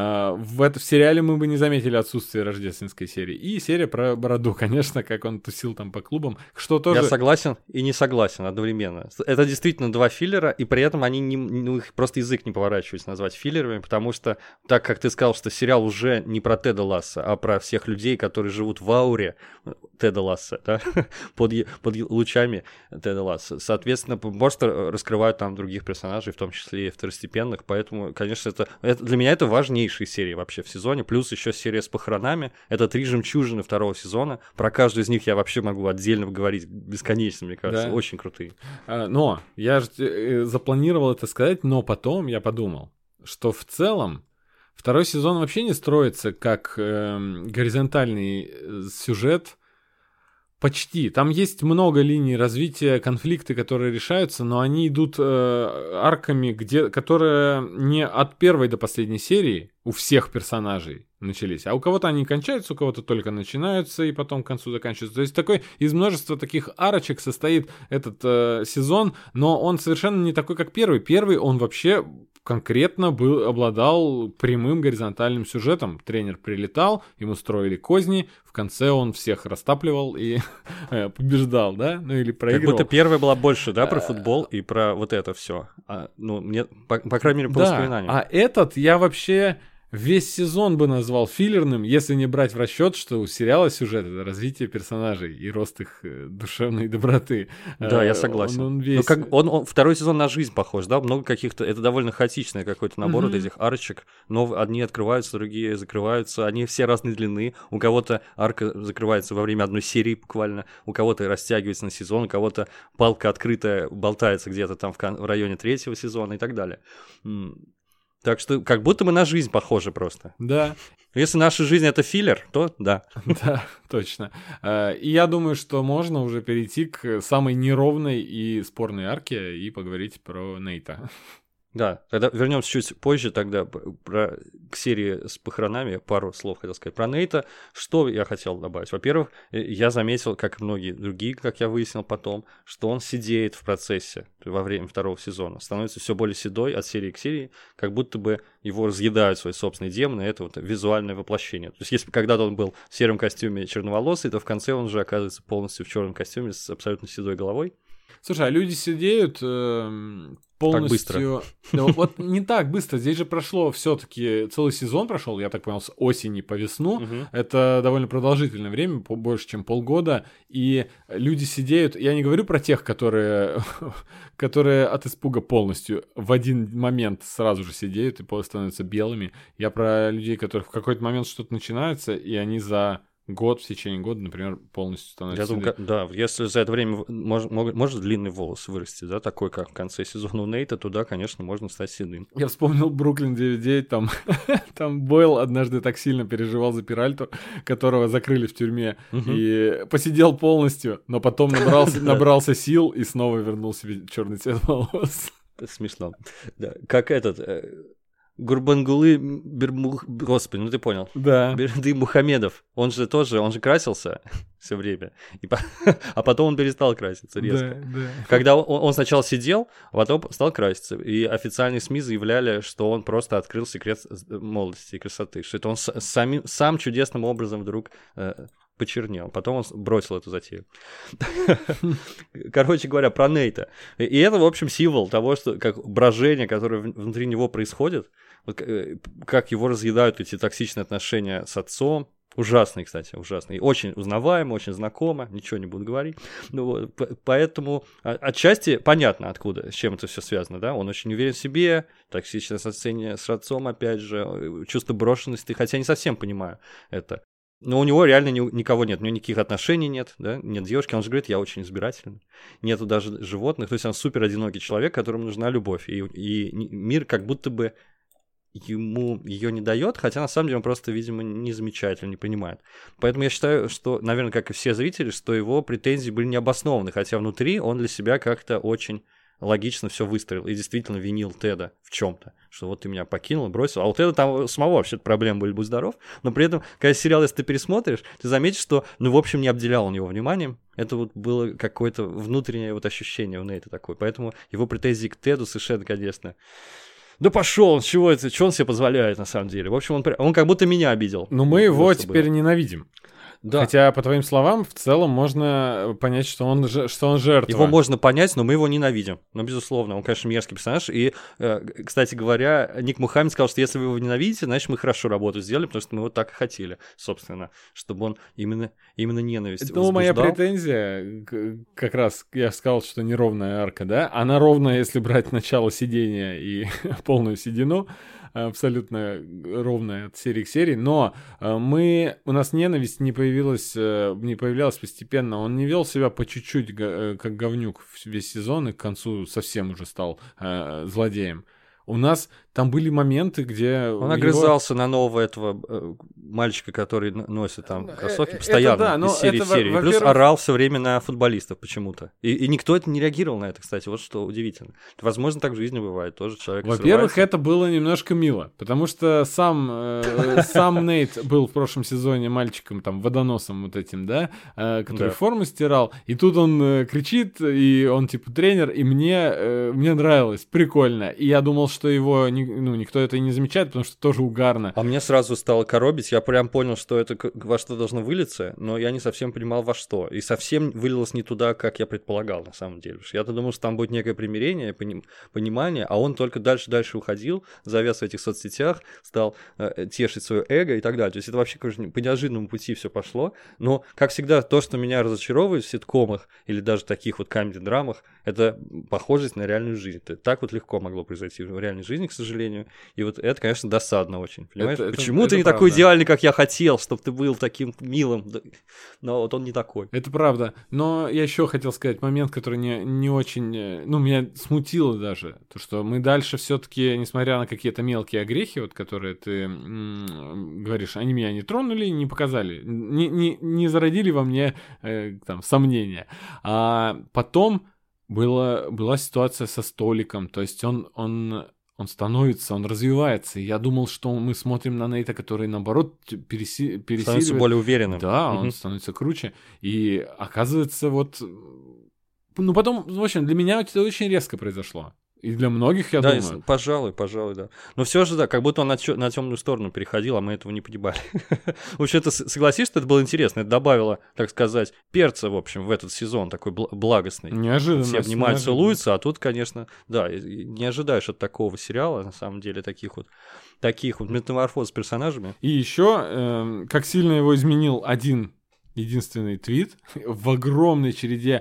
[SPEAKER 1] В сериале мы бы не заметили отсутствие рождественской серии. И серия про Бороду, конечно, как он тусил там по клубам. Что тоже...
[SPEAKER 2] Я согласен и не согласен одновременно. Это действительно 2 филлера, и при этом они их просто язык не поворачивается назвать филлерами, потому что, так как ты сказал, что сериал уже не про Теда Ласса, а про всех людей, которые живут в ауре Теда Ласса, да? под лучами Теда Ласса. Соответственно, просто раскрывают там других персонажей, в том числе и второстепенных, поэтому, конечно, для меня это важнее серии вообще в сезоне, плюс еще серия с похоронами. Это 3 жемчужины 2-го сезона. Про каждую из них я вообще могу отдельно говорить бесконечно, мне кажется. Да. Очень крутые.
[SPEAKER 1] Но я же запланировал это сказать, но потом я подумал, что в целом 2-й сезон вообще не строится как горизонтальный сюжет. Почти. Там есть много линий развития, конфликты, которые решаются, но они идут арками, которые не от первой до последней серии у всех персонажей начались, а у кого-то они кончаются, у кого-то только начинаются и потом к концу заканчиваются. То есть такой из множества таких арочек состоит этот сезон, но он совершенно не такой, как первый. Первый он вообще конкретно обладал прямым горизонтальным сюжетом. Тренер прилетал, ему строили козни, в конце он всех растапливал и побеждал, да? Ну или проигрывал.
[SPEAKER 2] Как будто первая была больше, да, про футбол и про вот это все. Ну, мне, по крайней мере, по воспоминаниям.
[SPEAKER 1] А этот я вообще... Весь сезон бы назвал филлерным, если не брать в расчет, что у сериала сюжет — это развитие персонажей и рост их душевной доброты.
[SPEAKER 2] Да, я согласен. Он весь... он 2-й сезон на жизнь похож, да? Много каких-то... Это довольно хаотичный какой-то набор вот этих арочек. Но одни открываются, другие закрываются. Они все разной длины. У кого-то арка закрывается во время одной серии буквально. У кого-то растягивается на сезон. У кого-то палка открытая болтается где-то там в районе 3-го сезона и так далее. Так что как будто мы на жизнь похожи просто.
[SPEAKER 1] Да.
[SPEAKER 2] Если наша жизнь — это филлер, то да.
[SPEAKER 1] Да, точно. И я думаю, что можно уже перейти к самой неровной и спорной арке и поговорить про Нейта.
[SPEAKER 2] Да, тогда вернемся чуть позже тогда к серии с похоронами. Пару слов хотел сказать про Нейта. Что я хотел добавить? Во-первых, я заметил, как и многие другие, как я выяснил потом, что он седеет в процессе во время 2-го сезона. Становится все более седой от серии к серии, как будто бы его разъедают свои собственные демоны. Это вот визуальное воплощение. То есть если когда-то он был в сером костюме черноволосый, то в конце он же оказывается полностью в черном костюме с абсолютно седой головой.
[SPEAKER 1] Слушай, а люди сидеют полностью...
[SPEAKER 2] Так быстро.
[SPEAKER 1] Да, вот не так быстро. Здесь же прошло все-таки целый сезон прошел, я так понял, с осени по весну. Это довольно продолжительное время, больше, чем полгода. И люди сидеют... Я не говорю про тех, которые от испуга полностью в один момент сразу же сидеют и становятся белыми. Я про людей, которых в какой-то момент что-то начинается, и они в течение года, например, полностью становится.
[SPEAKER 2] Я думаю, да, если за это время может длинный волос вырасти, да, такой, как в конце сезона у Нейта, то да, конечно, можно стать седым.
[SPEAKER 1] Я вспомнил Бруклин 9.9, там Бойл однажды так сильно переживал за Перальту, которого закрыли в тюрьме, и посидел полностью, но потом набрался сил и снова вернул себе черный цвет волос.
[SPEAKER 2] Смешно. Да, как Гурбангулы Господи, ну ты понял.
[SPEAKER 1] Да.
[SPEAKER 2] Берды Мухамедов. Он же красился все время. А потом он перестал краситься резко.
[SPEAKER 1] Да.
[SPEAKER 2] Когда он сначала сидел, а потом стал краситься. И официальные СМИ заявляли, что он просто открыл секрет молодости и красоты. Что это он сам чудесным образом вдруг почернел. Потом он бросил эту затею. Короче говоря, про Нейта. И это, в общем, символ того, что как брожение, которое внутри него происходит, как его разъедают эти токсичные отношения с отцом, Ужасный, кстати, ужасный. Очень узнаваемо, очень знакомо, ничего не буду говорить. Ну, вот, поэтому отчасти понятно, откуда, с чем это все связано, да? Он очень уверен в себе, токсичность отношения с отцом, опять же, чувство брошенности, хотя не совсем понимаю это. Но у него реально никого нет, у него никаких отношений нет, да, нет девушки, он же говорит, я очень избирательный, нету даже животных, то есть он супер одинокий человек, которому нужна любовь, и мир как будто бы ему ее не дает, хотя на самом деле он просто, видимо, не замечает или не понимает. Поэтому я считаю, что, наверное, как и все зрители, что его претензии были необоснованы, хотя внутри он для себя как-то очень логично все выстроил и действительно винил Теда в чем-то, что вот ты меня покинул, бросил, а у Теда там самого вообще-то проблемы были, будь здоров, но при этом, когда сериал, если ты пересмотришь, ты заметишь, что, ну, в общем, не обделял он его вниманием, это вот было какое-то внутреннее вот ощущение у Нейта такое, поэтому его претензии к Теду совершенно, конечно... Да пошел он, чего это, что он себе позволяет на самом деле? В общем, он как будто меня обидел.
[SPEAKER 1] Но мы его теперь ненавидим.
[SPEAKER 2] Да.
[SPEAKER 1] Хотя, по твоим словам, в целом можно понять, что он жертва.
[SPEAKER 2] Его можно понять, но мы его ненавидим. Ну, безусловно, он, конечно, мерзкий персонаж. И, кстати говоря, Ник Мухаммед сказал, что если вы его ненавидите, значит, мы хорошо работу сделали, потому что мы его так и хотели, собственно, чтобы он именно ненависть возбуждал.
[SPEAKER 1] Ну, моя претензия, как раз я сказал, что неровная арка, да? Она ровная, если брать начало сидения и полную седину, абсолютно ровная от серии к серии, но у нас ненависть не появлялась постепенно, он не вел себя по чуть-чуть как говнюк весь сезон и к концу совсем уже стал злодеем. У нас там были моменты, где...
[SPEAKER 2] Он огрызался на нового этого мальчика, который носит там кроссовки постоянно, из серии в серию. И плюс орал все время на футболистов почему-то. И никто это не реагировал на это, кстати, вот что удивительно. Возможно, так в жизни бывает, тоже человек
[SPEAKER 1] Во-первых,
[SPEAKER 2] срывается.
[SPEAKER 1] это было немножко мило, потому что сам Нейт был в прошлом сезоне мальчиком, там, водоносом вот этим, да, который форму стирал, и тут он кричит, и он типа тренер, и мне нравилось, прикольно. И я думал, что его никто это и не замечает, потому что тоже угарно.
[SPEAKER 2] А мне сразу стало коробить, я прям понял, что это во что должно вылиться, но я не совсем понимал во что. И совсем вылилось не туда, как я предполагал, на самом деле. Я-то думал, что там будет некое примирение, понимание, а он только дальше уходил, завяз в этих соцсетях, стал тешить свое эго и так далее. То есть это вообще, конечно, по неожиданному пути все пошло. Но, как всегда, то, что меня разочаровывает в ситкомах или даже таких вот камеди-драмах, это похожесть на реальную жизнь. Так вот легко могло произойти в реальной жизни, к сожалению. И вот это, конечно, досадно очень. Понимаешь? Почему ты не такой идеальный, как я хотел, чтобы ты был таким милым? Но вот он не такой.
[SPEAKER 1] Это правда. Но я еще хотел сказать момент, который не очень... меня смутило даже. То, что мы дальше все-таки, несмотря на какие-то мелкие огрехи, вот, которые ты говоришь, они меня не тронули, не показали, не зародили во мне там сомнения. А потом была ситуация со столиком. То есть он становится, он развивается. И я думал, что мы смотрим на Нейта, который, наоборот, пересиливает.
[SPEAKER 2] Становится более уверенным.
[SPEAKER 1] Да, он становится круче. И оказывается, вот... потом, в общем, для меня это очень резко произошло. И для многих, я думаю.
[SPEAKER 2] Пожалуй, да. Но все же, да, как будто он на темную сторону переходил, а мы этого не понимали. В общем, это, согласись, что это было интересно. Это добавило, так сказать, перца, в общем, в этот сезон такой благостный.
[SPEAKER 1] Неожиданно.
[SPEAKER 2] Все обнимают, целуются, а тут, конечно, да, не ожидаешь от такого сериала, на самом деле, таких вот метаморфоз с персонажами.
[SPEAKER 1] И еще, как сильно его изменил единственный твит в огромной череде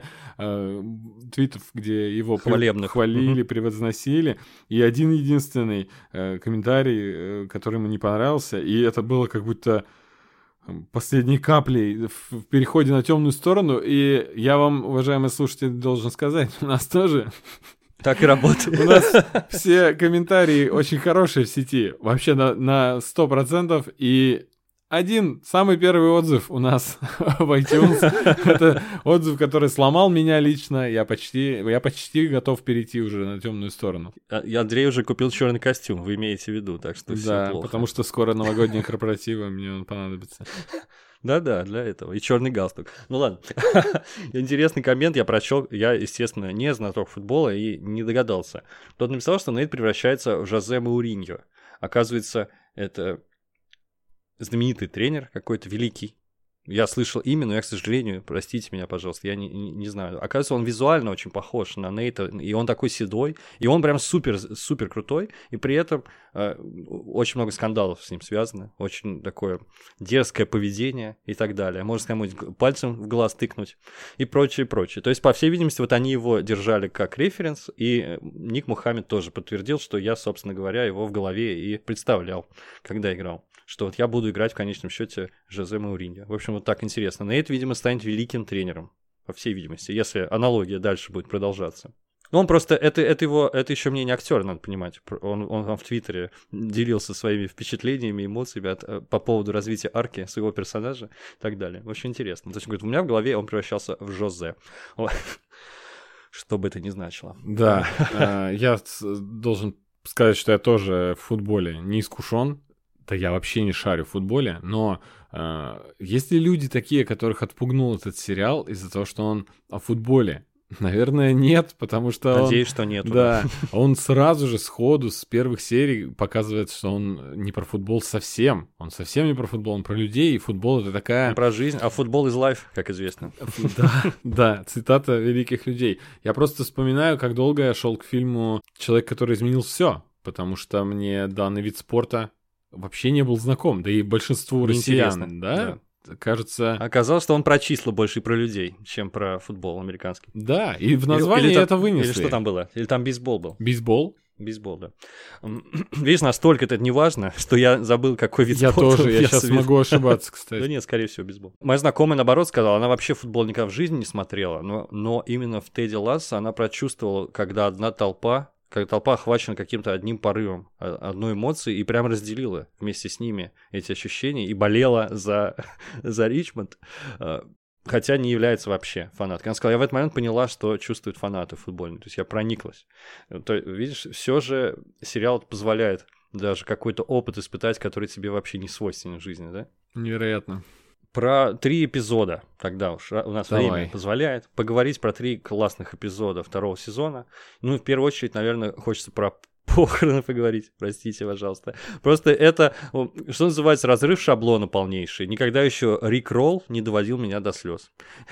[SPEAKER 1] твитов, где его хвалили, превозносили, и один единственный комментарий, который ему не понравился, и это было как будто последней каплей в переходе на темную сторону, и я вам, уважаемые слушатели, должен сказать, у нас тоже...
[SPEAKER 2] Так и работает.
[SPEAKER 1] У нас все комментарии очень хорошие в сети, вообще на 100%, и... самый первый отзыв у нас в iTunes. Это отзыв, который сломал меня лично. Я почти готов перейти уже на темную сторону.
[SPEAKER 2] Андрей уже купил черный костюм, вы имеете в виду, так что все плохо.
[SPEAKER 1] Потому что скоро новогодние корпоративы, мне он понадобится.
[SPEAKER 2] Да, для этого. И черный галстук. Ну ладно. Интересный коммент я прочел. Я, естественно, не знаток футбола и не догадался. Тот написал, что Нейт превращается в Жозе Мауриньо. Оказывается, это знаменитый тренер какой-то великий, Я слышал имя, но я, к сожалению, простите меня, пожалуйста, я не знаю. Оказывается, он визуально очень похож на Нейта, и он такой седой, и он прям супер крутой, и при этом очень много скандалов с ним связано, очень такое дерзкое поведение и так далее. Можно кому-нибудь пальцем в глаз тыкнуть и прочее. То есть, по всей видимости, вот они его держали как референс, и Ник Мухаммед тоже подтвердил, что я, собственно говоря, его в голове и представлял, когда играл. Что вот я буду играть в конечном счете Жозе Мауриньо. В общем, вот так интересно. Нейт, видимо, станет великим тренером, по всей видимости, если аналогия дальше будет продолжаться. Но он просто, это еще мнение актера, надо понимать. Он там в Твиттере делился своими впечатлениями, эмоциями по поводу развития арки своего персонажа и так далее. Очень интересно. То есть он говорит, у меня в голове он превращался в Жозе. Что бы это ни значило.
[SPEAKER 1] Да, я должен сказать, что я тоже в футболе не искушен. Да я вообще не шарю в футболе, но есть ли люди такие, которых отпугнул этот сериал из-за того, что он о футболе? Наверное, нет, потому что
[SPEAKER 2] надеюсь, что нет.
[SPEAKER 1] Да, он сразу же сходу с первых серий показывает, что он не про футбол совсем. Он совсем не про футбол, он про людей, и футбол — это такая...
[SPEAKER 2] Не про жизнь, а футбол is life, как известно.
[SPEAKER 1] Да, цитата великих людей. Я просто вспоминаю, как долго я шел к фильму «Человек, который изменил все», потому что мне данный вид спорта вообще не был знаком, да и большинству россиян, да? Кажется...
[SPEAKER 2] Оказалось, что он про числа больше и про людей, чем про футбол американский.
[SPEAKER 1] Да, и в названии или это вынесли.
[SPEAKER 2] Или что там было? Или там бейсбол был?
[SPEAKER 1] Бейсбол?
[SPEAKER 2] Бейсбол, да. Видишь, настолько это не важно, что я забыл, какой вид спорта.
[SPEAKER 1] Я тоже, я сейчас могу ошибаться, кстати.
[SPEAKER 2] Да нет, скорее всего, бейсбол. Моя знакомая, наоборот, сказала, она вообще футбол никогда в жизни не смотрела, но именно в Теди Лассо она прочувствовала, когда толпа охвачена каким-то одним порывом, одной эмоцией, и прям разделила вместе с ними эти ощущения, и болела за Ричмонд, хотя не является вообще фанаткой. Она сказала, я в этот момент поняла, что чувствуют фанаты футбольные, то есть я прониклась. То, видишь, все же сериал позволяет даже какой-то опыт испытать, который тебе вообще не свойственен в жизни, да?
[SPEAKER 1] Невероятно.
[SPEAKER 2] Про 3 эпизода, тогда уж у нас время позволяет, поговорить про 3 классных эпизода 2-го сезона. Ну, в первую очередь, наверное, хочется про похороны поговорить, простите, пожалуйста. Просто это, что называется, разрыв шаблона полнейший. Никогда еще Рик Ролл не доводил меня до слез.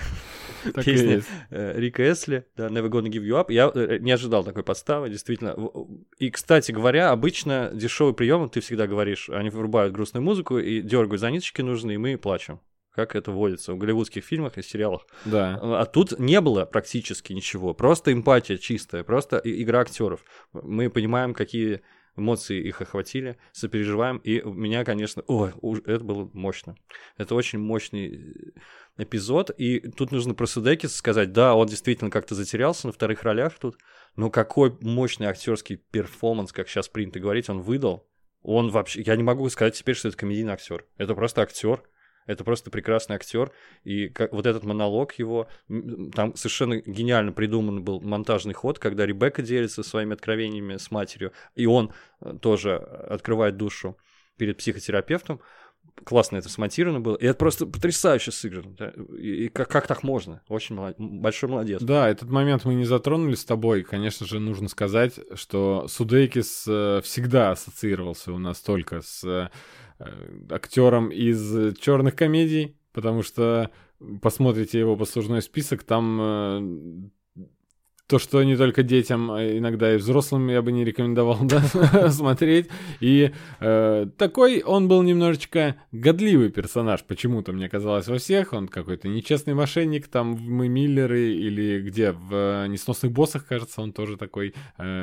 [SPEAKER 2] Песня Рика Эсли, да, Never Gonna Give You Up. Я не ожидал такой подставы, действительно. И, кстати говоря, обычно дешевый прием, ты всегда говоришь, они вырубают грустную музыку и дергают за ниточки нужные, и мы плачем. Как это водится в голливудских фильмах и сериалах.
[SPEAKER 1] Да.
[SPEAKER 2] А тут не было практически ничего. Просто эмпатия чистая, просто игра актеров. Мы понимаем, какие эмоции их охватили, сопереживаем. И меня, конечно... это было мощно. Это очень мощный эпизод. И тут нужно про Судекиса сказать. Да, он действительно как-то затерялся на вторых ролях тут. Но какой мощный актерский перформанс, как сейчас принято говорить, он выдал. Он вообще... Я не могу сказать теперь, что это комедийный актер. Это просто актер. Это просто прекрасный актер, и вот этот монолог его, там совершенно гениально придуман был монтажный ход, когда Ребекка делится своими откровениями с матерью, и он тоже открывает душу перед психотерапевтом. Классно это смонтировано было, и это просто потрясающе сыграно. Да? И как так можно? Очень большой молодец.
[SPEAKER 1] Да, этот момент мы не затронули с тобой. Конечно же, нужно сказать, что Судейкис всегда ассоциировался у нас только с актером из черных комедий, потому что посмотрите его послужной список, там то, что не только детям, а иногда и взрослым я бы не рекомендовал, да, смотреть. И такой он был немножечко годливый персонаж, почему-то мне казалось во всех. Он какой-то нечестный мошенник, там в «Мы Миллеры» или где, в «Несносных боссах», кажется, он тоже такой,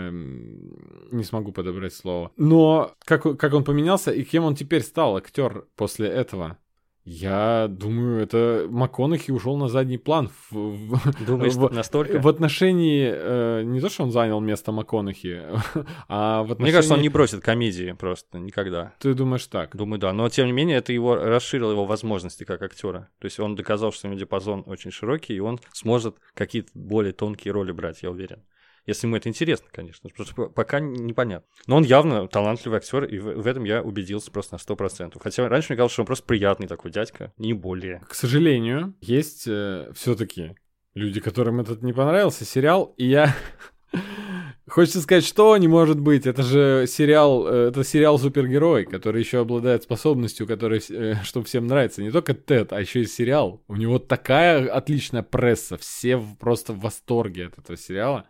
[SPEAKER 1] не смогу подобрать слово. Но как он поменялся и кем он теперь стал, актер, после этого? Я думаю, это МакКонахи ушел на задний план.
[SPEAKER 2] Думаешь, настолько?
[SPEAKER 1] В отношении... не то, что он занял место МакКонахи, а в отношении...
[SPEAKER 2] Мне кажется, он не бросит комедии просто никогда.
[SPEAKER 1] Ты думаешь так?
[SPEAKER 2] Думаю, да. Но, тем не менее, это его расширило его возможности как актера. То есть он доказал, что у него диапазон очень широкий, и он сможет какие-то более тонкие роли брать, я уверен. Если ему это интересно, конечно. Просто пока непонятно. Но он явно талантливый актер, и в этом я убедился просто на 100%. Хотя раньше мне казалось, что он просто приятный такой дядька, не более.
[SPEAKER 1] К сожалению, есть все-таки люди, которым этот не понравился сериал, и я Хочется сказать, что не может быть. Это же сериал «Супергерой», который еще обладает способностью, что всем нравится. Не только Тед, а еще и сериал. У него такая отличная пресса. Все просто в восторге от этого сериала.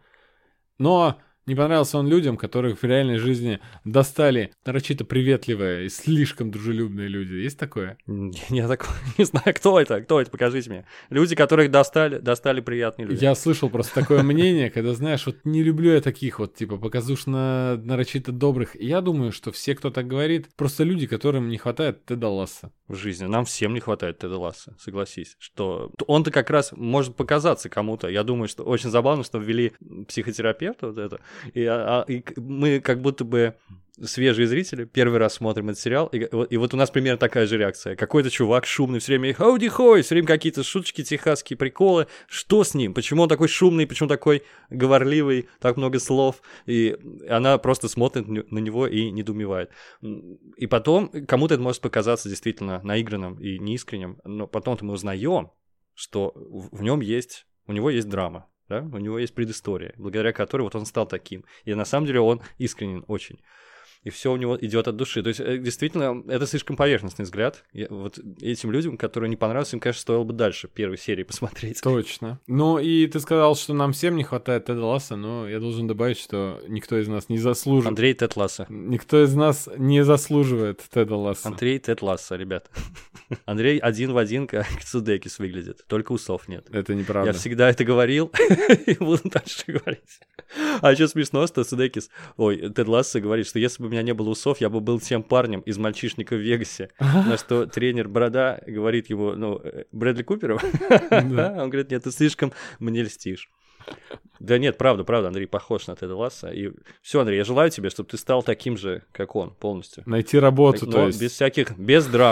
[SPEAKER 1] Но не понравился он людям, которых в реальной жизни достали нарочито приветливые и слишком дружелюбные люди. Есть такое?
[SPEAKER 2] Я такой не знаю, кто это, покажите мне. Люди, которых достали приятные люди.
[SPEAKER 1] Я слышал просто такое мнение, когда, знаешь, вот не люблю я таких вот, типа, показушно нарочито добрых. И я думаю, что все, кто так говорит, просто люди, которым не хватает Теда Ласса.
[SPEAKER 2] В жизни. Нам всем не хватает Теда Ласса, согласись. Что он-то как раз может показаться кому-то. Я думаю, что очень забавно, что ввели психотерапевта вот это. И мы как будто бы свежие зрители, первый раз смотрим этот сериал, и вот у нас примерно такая же реакция. Какой-то чувак шумный, все время «Хауди-хой», все время какие-то шуточки, техасские приколы. Что с ним? Почему он такой шумный, почему такой говорливый, так много слов? И она просто смотрит на него и недоумевает. И потом кому-то это может показаться действительно наигранным и неискренним, но потом-то мы узнаем, что у него есть драма. Да? У него есть предыстория, благодаря которой вот он стал таким. И на самом деле он искренен очень. И все у него идет от души. То есть, действительно, это слишком поверхностный взгляд. Вот этим людям, которые не понравились, им, конечно, стоило бы дальше первой серии посмотреть.
[SPEAKER 1] Точно. Ну, и ты сказал, что нам всем не хватает Теда Ласса, но я должен добавить, что никто из нас не заслуживает.
[SPEAKER 2] Андрей Тед Ласса.
[SPEAKER 1] Никто из нас не заслуживает Теда Ласса.
[SPEAKER 2] Андрей Тед Ласса, ребят. Андрей один в один, как Судекис выглядит. Только усов нет.
[SPEAKER 1] Это неправда.
[SPEAKER 2] Я всегда это говорил и буду дальше говорить. А еще смешно, что Тед Ласса говорит, что если бы у меня не было усов, я бы был тем парнем из «Мальчишника в Вегасе». На что тренер Борода говорит ему, Брэдли Куперу, он говорит, нет, ты слишком мне льстишь. Да нет, правда, Андрей похож на Теда Ласса. И все, Андрей, я желаю тебе, чтобы ты стал таким же, как он, полностью.
[SPEAKER 1] Найти работу, то есть.
[SPEAKER 2] Без драм.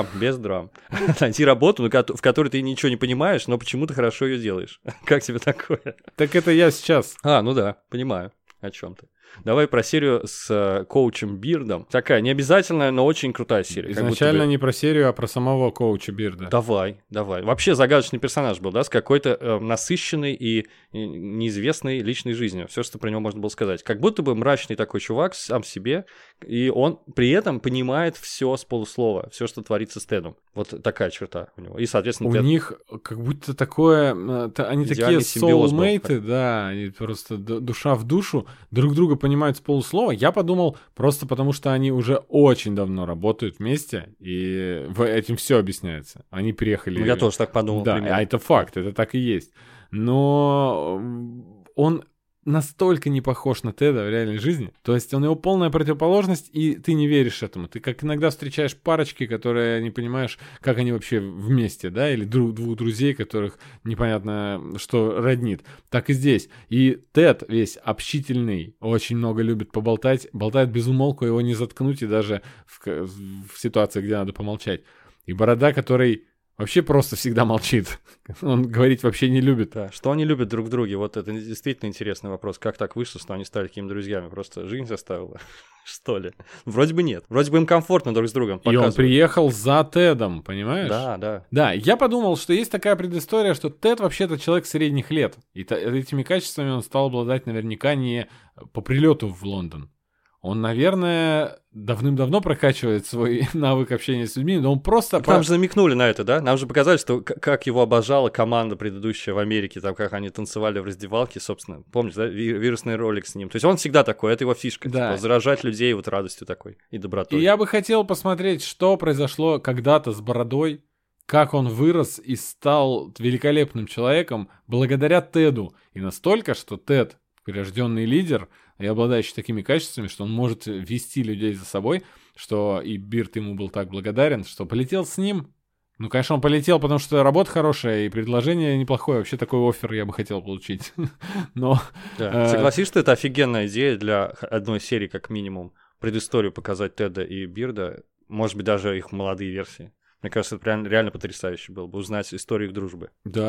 [SPEAKER 2] Найти работу, в которой ты ничего не понимаешь, но почему-то хорошо ее делаешь. Как тебе такое?
[SPEAKER 1] Так это я сейчас.
[SPEAKER 2] Ну да, понимаю, о чем ты. Давай про серию с коучем Бирдом. Такая необязательная, но очень крутая серия.
[SPEAKER 1] Изначально не про серию, а про самого коуча Бирда.
[SPEAKER 2] Давай. Вообще загадочный персонаж был, да, с какой-то насыщенной и неизвестной личной жизнью. Все, что про него можно было сказать. Как будто бы мрачный такой чувак сам в себе, и он при этом понимает все с полуслова, все, что творится с Тедом. Вот такая черта у него. И, соответственно,
[SPEAKER 1] у них как будто такое... Они такие soulmates, да, они просто душа в душу, друг друга понимают с полуслова. Я подумал, просто потому что они уже очень давно работают вместе, и этим все объясняется. Они приехали...
[SPEAKER 2] Я тоже так подумал.
[SPEAKER 1] Да, а это факт, это так и есть. Но он настолько не похож на Теда в реальной жизни. То есть он его полная противоположность, и ты не веришь этому. Ты как иногда встречаешь парочки, которые не понимаешь, как они вообще вместе, да, или двух друзей, которых непонятно, что роднит. Так и здесь. И Тед весь общительный, очень много любит поболтать, болтает без умолку, его не заткнуть, и даже в ситуации, где надо помолчать. И Борода, который... вообще просто всегда молчит. Он говорить вообще не любит.
[SPEAKER 2] Да, что они любят друг в друге? Вот это действительно интересный вопрос. Как так вышло, что они стали такими друзьями? Просто жизнь заставила, что ли? Вроде бы нет. Вроде бы им комфортно друг с другом.
[SPEAKER 1] И он приехал за Тедом, понимаешь?
[SPEAKER 2] Да.
[SPEAKER 1] Да, я подумал, что есть такая предыстория, что Тед вообще-то человек средних лет. И этими качествами он стал обладать наверняка не по прилету в Лондон. Он, наверное, давным-давно прокачивает свой навык общения с людьми, но он просто...
[SPEAKER 2] Нам же намекнули на это, да? Нам же показали, что как его обожала команда предыдущая в Америке, там, как они танцевали в раздевалке, собственно. Помнишь, да? Вирусный ролик с ним. То есть он всегда такой, это его фишка.
[SPEAKER 1] Да.
[SPEAKER 2] Типа, заражать людей вот радостью такой и добротой.
[SPEAKER 1] И я бы хотел посмотреть, что произошло когда-то с Бородой, как он вырос и стал великолепным человеком благодаря Теду. И настолько, что Тед, прирожденный лидер, и обладающий такими качествами, что он может вести людей за собой, что и Бирд ему был так благодарен, что полетел с ним. Ну, конечно, он полетел, потому что работа хорошая и предложение неплохое. Вообще такой оффер я бы хотел получить. Но...
[SPEAKER 2] Да. Согласись, что это офигенная идея для одной серии, как минимум, предысторию показать Теда и Бирда, может быть, даже их молодые версии. Мне кажется, это реально потрясающе было бы узнать историю их дружбы.
[SPEAKER 1] Да.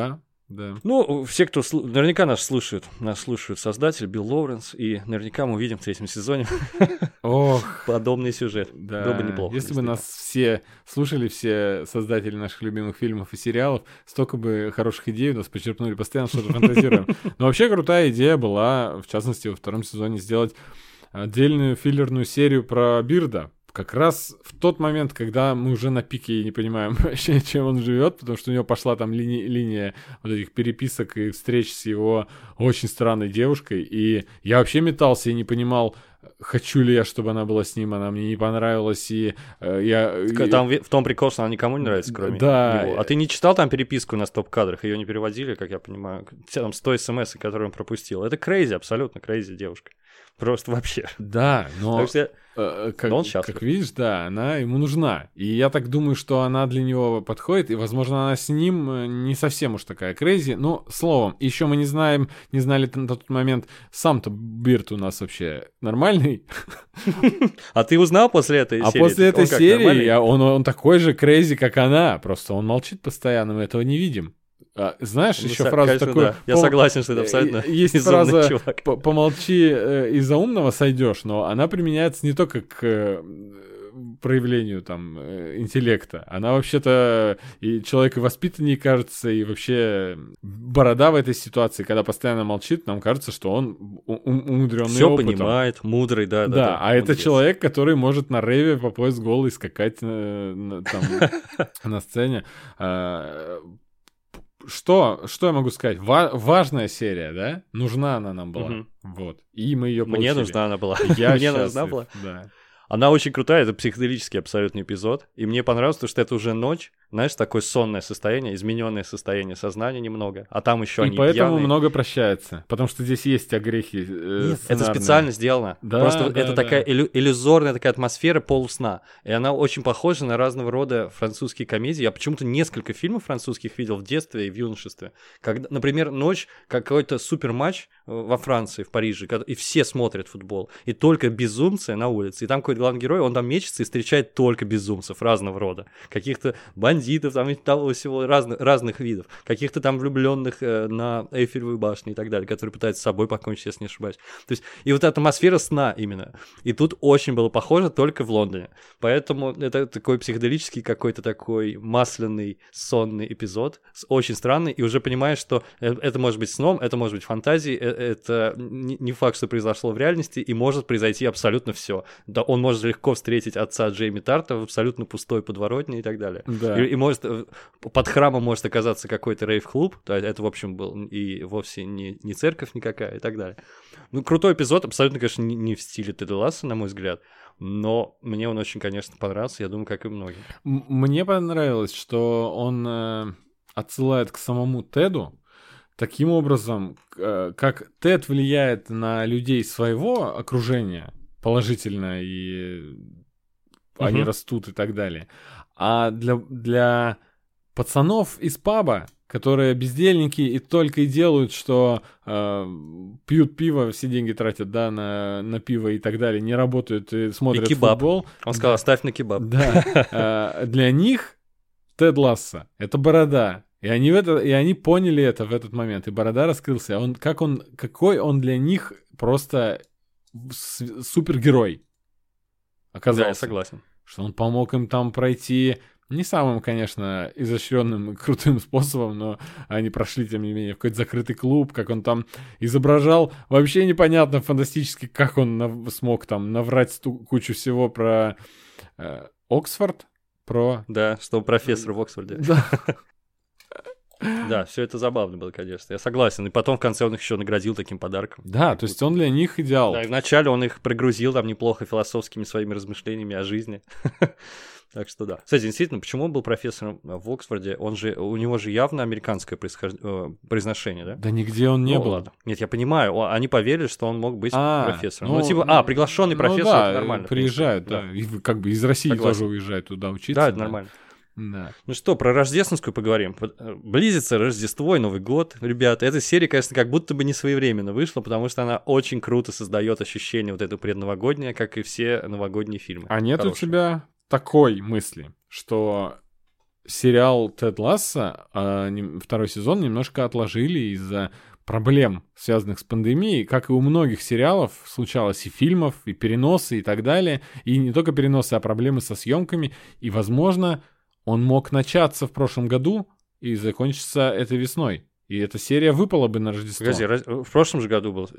[SPEAKER 1] Да.
[SPEAKER 2] Ну, все, кто наверняка нас слушают создатель Билл Лоуренс, и наверняка мы увидим в 3-м сезоне
[SPEAKER 1] Ох,
[SPEAKER 2] подобный сюжет.
[SPEAKER 1] да.
[SPEAKER 2] Было бы неплохо.
[SPEAKER 1] Если бы нас все слушали, все создатели наших любимых фильмов и сериалов, столько бы хороших идей у нас почерпнули, постоянно что-то фантазируем. Но вообще крутая идея была, в частности, во 2-м сезоне сделать отдельную филлерную серию про Бирда. Как раз в тот момент, когда мы уже на пике и не понимаем вообще, чем он живет, потому что у него пошла там линия вот этих переписок и встреч с его очень странной девушкой, и я вообще метался и не понимал, хочу ли я, чтобы она была с ним, она мне не понравилась, и
[SPEAKER 2] Там в том прикол, что она никому не нравится, кроме него. А ты не читал там переписку на стоп-кадрах? Ее не переводили, как я понимаю. Там 100 смс, которые он пропустил. Это крейзи, абсолютно крейзи девушка. Просто вообще.
[SPEAKER 1] Да, но
[SPEAKER 2] он
[SPEAKER 1] как видишь, да, она ему нужна. И я так думаю, что она для него подходит, и, возможно, она с ним не совсем уж такая крейзи. Но, словом, еще мы не знали на тот момент, сам-то Бирд у нас вообще нормальный.
[SPEAKER 2] А ты узнал после этой серии?
[SPEAKER 1] А после этой серии он такой же крейзи, как она. Просто он молчит постоянно, мы этого не видим. Знаешь, еще фразу
[SPEAKER 2] конечно,
[SPEAKER 1] такую...
[SPEAKER 2] Да. Я согласен, что это абсолютно
[SPEAKER 1] есть фраза «помолчи, из-за умного сойдешь», но она применяется не только к проявлению там интеллекта. Она вообще-то и человек и воспитаннее кажется, и вообще борода в этой ситуации, когда постоянно молчит, нам кажется, что он умудренный
[SPEAKER 2] все
[SPEAKER 1] опытом.
[SPEAKER 2] понимает, мудрый, да.
[SPEAKER 1] Да, а это человек, который может на рейве по пояс голый скакать на сцене. Что я могу сказать? Важная серия, да? Нужна она нам была. Вот. И мы ее получили.
[SPEAKER 2] Мне нужна она была.
[SPEAKER 1] Мне нужна была. Да.
[SPEAKER 2] Она очень крутая, это психоделический абсолютно эпизод. И мне понравилось, потому что это уже ночь, знаешь, такое сонное состояние, измененное состояние сознания немного. А там еще они
[SPEAKER 1] поэтому
[SPEAKER 2] пьяные.
[SPEAKER 1] Много прощается. Потому что здесь есть огрехи.
[SPEAKER 2] Нет, это специально сделано.
[SPEAKER 1] Да,
[SPEAKER 2] просто
[SPEAKER 1] да,
[SPEAKER 2] это такая иллюзорная такая атмосфера полусна. И она очень похожа на разного рода французские комедии. Я почему-то несколько фильмов французских видел в детстве и в юношестве. Когда, например, ночь, какой-то суперматч во Франции, в Париже, и все смотрят футбол. И только безумцы на улице. И там какой-то главный герой, он там мечется и встречает только безумцев разного рода. Каких-то бандитов, там того всего разных видов. Каких-то там влюбленных на Эйфелевую башню и так далее, которые пытаются с собой покончить, если не ошибаюсь. То есть, и вот эта атмосфера сна именно. И тут очень было похоже только в Лондоне. Поэтому это такой психоделический какой-то такой масляный, сонный эпизод. Очень странный. И уже понимаешь, что это может быть сном, это может быть фантазией, это не факт, что произошло в реальности, и может произойти абсолютно все. Да, он может легко встретить отца Джейми Тарта в абсолютно пустой подворотне и так далее.
[SPEAKER 1] Да.
[SPEAKER 2] И может под храмом может оказаться какой-то рейв-клуб, то это, в общем, был и вовсе не церковь никакая и так далее. Ну, крутой эпизод, абсолютно, конечно, не в стиле Теда Ласса, на мой взгляд, но мне он очень, конечно, понравился, я думаю, как и многим.
[SPEAKER 1] Мне понравилось, что он отсылает к самому Теду, таким образом, как Тед влияет на людей своего окружения положительно, и они растут и так далее. А для пацанов из паба, которые бездельники и только и делают, что пьют пиво, все деньги тратят, да, на пиво и так далее, не работают и смотрят
[SPEAKER 2] и кебаб.
[SPEAKER 1] Футбол.
[SPEAKER 2] Он сказал, оставь на кебаб.
[SPEAKER 1] Да. Для них Тед Лассо — это борода. И они поняли это в этот момент. И борода раскрылся. Какой он для них просто супергерой оказался.
[SPEAKER 2] Да, я согласен.
[SPEAKER 1] Что он помог им там пройти не самым, конечно, изощренным и крутым способом, но они прошли, тем не менее, в какой-то закрытый клуб, как он там изображал. Вообще непонятно, фантастически, как он смог там наврать кучу всего про Оксфорд.
[SPEAKER 2] Да, что профессор в Оксфорде.
[SPEAKER 1] Да.
[SPEAKER 2] Да, все это забавно было, конечно. Я согласен. И потом в конце он их еще наградил таким подарком.
[SPEAKER 1] Да, то есть он для них идеал.
[SPEAKER 2] Да, и вначале он их прогрузил там неплохо философскими своими размышлениями о жизни. Так что да. Кстати, действительно, почему он был профессором в Оксфорде? У него же явно американское произношение, да?
[SPEAKER 1] Да нигде он не был.
[SPEAKER 2] Ладно. Нет, я понимаю. Они поверили, что он мог быть профессором. Приглашенный профессор,
[SPEAKER 1] да,
[SPEAKER 2] это нормально.
[SPEAKER 1] Приезжают, да. И как бы из России тоже уезжают туда учиться.
[SPEAKER 2] Да, это нормально.
[SPEAKER 1] Да.
[SPEAKER 2] Ну что, про рождественскую поговорим. Близится Рождество и Новый год, ребята. Эта серия, конечно, как будто бы не своевременно вышла, потому что она очень круто создает ощущение вот это предновогоднее, как и все новогодние фильмы.
[SPEAKER 1] А нет у тебя такой мысли, что сериал «Тед Лассо», второй сезон немножко отложили из-за проблем, связанных с пандемией, как и у многих сериалов случалось и фильмов, и переносы, и так далее. И не только переносы, а проблемы со съемками. И, возможно, он мог начаться в прошлом году и закончиться этой весной. И эта серия выпала бы на Рождество.
[SPEAKER 2] Погоди, в прошлом же году был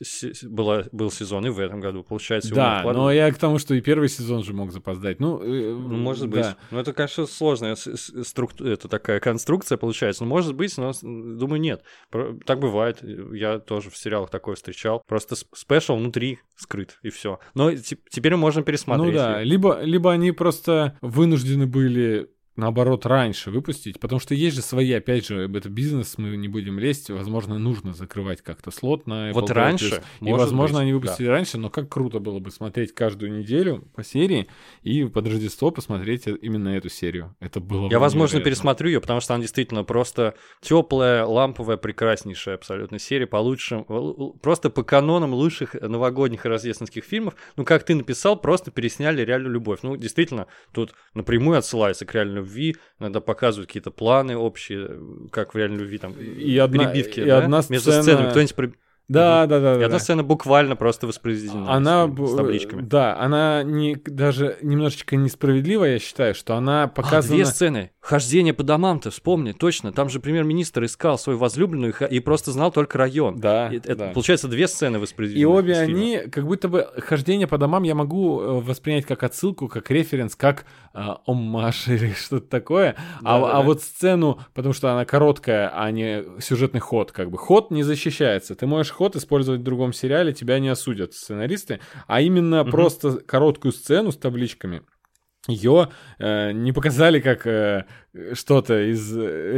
[SPEAKER 2] сезон, и в этом году, получается.
[SPEAKER 1] Да, но я к тому, что и первый сезон же мог запоздать. Ну,
[SPEAKER 2] может быть.
[SPEAKER 1] Да.
[SPEAKER 2] Ну, это, конечно, сложная это такая конструкция получается. Ну, может быть, но, думаю, нет. Так бывает. Я тоже в сериалах такое встречал. Просто спешл внутри скрыт, и все. Но теперь мы можем пересмотреть.
[SPEAKER 1] Ну да, либо они просто вынуждены были наоборот, раньше выпустить, потому что есть же свои, опять же, это бизнес, мы не будем лезть, возможно, нужно закрывать как-то слот на Apple
[SPEAKER 2] вот
[SPEAKER 1] TV+.
[SPEAKER 2] раньше,
[SPEAKER 1] и, возможно, они выпустили раньше, но как круто было бы смотреть каждую неделю по серии и под Рождество посмотреть именно эту серию. Это было бы
[SPEAKER 2] Я, возможно,
[SPEAKER 1] невероятно.
[SPEAKER 2] пересмотрю ее, потому что она действительно просто теплая, ламповая, прекраснейшая абсолютно серия по лучшим, просто по канонам лучших новогодних и рождественских фильмов. Ну, как ты написал, просто пересняли реальную любовь. Ну, действительно, тут напрямую отсылается к реальной любви, иногда показывают какие-то планы общие, как в реальной любви, там, перебивки,
[SPEAKER 1] и одна
[SPEAKER 2] между
[SPEAKER 1] сцена...
[SPEAKER 2] сценами. Кто-нибудь
[SPEAKER 1] Да.
[SPEAKER 2] И одна сцена буквально просто воспроизведена
[SPEAKER 1] она
[SPEAKER 2] с табличками.
[SPEAKER 1] Да, она даже немножечко несправедлива, я считаю, что она показана...
[SPEAKER 2] Две сцены. Хождение по домам-то, вспомни, точно. Там же премьер-министр искал свою возлюбленную и просто знал только район.
[SPEAKER 1] Да,
[SPEAKER 2] это, получается, две сцены воспроизведены.
[SPEAKER 1] И обе они, как будто бы, хождение по домам я могу воспринять как отсылку, как референс, как оммаж или что-то такое. А вот сцену, потому что она короткая, а не сюжетный ход, как бы. Ход не защищается. Ты можешь ход использовать в другом сериале, тебя не осудят сценаристы, а именно просто короткую сцену с табличками. Ее не показали как что-то из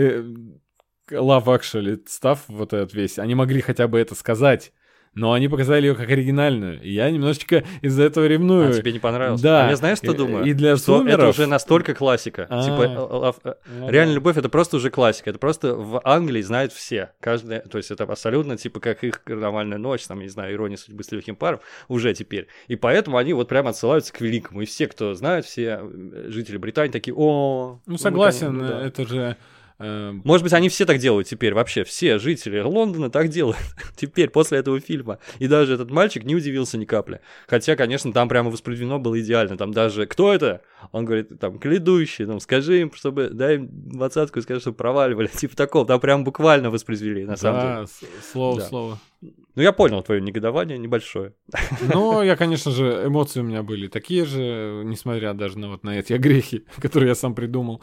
[SPEAKER 1] Love Actually stuff, вот этот весь. Они могли хотя бы это сказать, но они показали ее как оригинальную. И я немножечко из-за этого ревную.
[SPEAKER 2] А тебе не понравилось?
[SPEAKER 1] Да.
[SPEAKER 2] А я знаешь, что думаю?
[SPEAKER 1] И для
[SPEAKER 2] что
[SPEAKER 1] зумеров...
[SPEAKER 2] это уже настолько классика. Типа, реальная любовь — это просто уже классика. Это просто в Англии знают все. Каждый, то есть это абсолютно типа как их «Карнавальная ночь», там, не знаю, «Ирония судьбы с легким паром» уже теперь. И поэтому они вот прямо отсылаются к великому. И все, кто знают, все жители Британии такие: о...
[SPEAKER 1] Ну, согласен, это же...
[SPEAKER 2] Может быть, они все так делают теперь, вообще, все жители Лондона так делают теперь, после этого фильма. И даже этот мальчик не удивился ни капли. Хотя, конечно, там прямо воспроизведено было идеально. Там даже, кто это? Он говорит, там, кледущий, там, скажи им, чтобы, дай им 20-ку и скажи, чтобы проваливали. Типа такого, там прям буквально воспроизвели, на самом деле.
[SPEAKER 1] Слово в слово.
[SPEAKER 2] Ну, я понял твое негодование небольшое.
[SPEAKER 1] Ну, я, конечно же, эмоции у меня были такие же, несмотря даже на эти огрехи, которые я сам придумал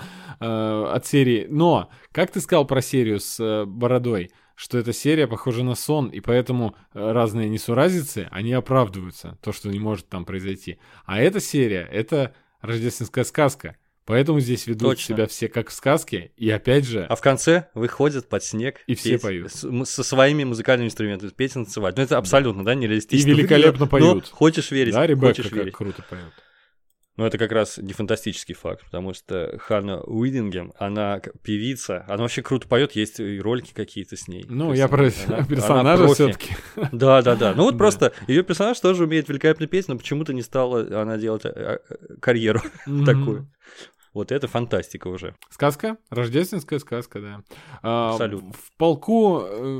[SPEAKER 1] от серии. Но, как ты сказал про серию с бородой, что эта серия похожа на сон, и поэтому разные несуразицы, они оправдываются, то, что не может там произойти. А эта серия — это рождественская сказка. Поэтому здесь ведут себя все как в сказке, и опять же...
[SPEAKER 2] А в конце выходят под снег
[SPEAKER 1] и все поют.
[SPEAKER 2] Со своими музыкальными инструментами, петь и танцевать. Ну, это абсолютно, да, нереалистично.
[SPEAKER 1] И великолепно поют.
[SPEAKER 2] Но хочешь верить.
[SPEAKER 1] Да, Ребекка
[SPEAKER 2] как
[SPEAKER 1] верить. Круто поет.
[SPEAKER 2] Ну, это как раз не фантастический факт, потому что Ханна Уидингем, она певица, она вообще круто поет, есть и ролики какие-то с ней.
[SPEAKER 1] Ну, я про персонажа все-таки.
[SPEAKER 2] Да. Ну вот просто ее персонаж тоже умеет великолепно петь, но почему-то не стала она делать карьеру такую. Вот это фантастика уже.
[SPEAKER 1] Сказка? Рождественская сказка, да.
[SPEAKER 2] Абсолютно.
[SPEAKER 1] В полку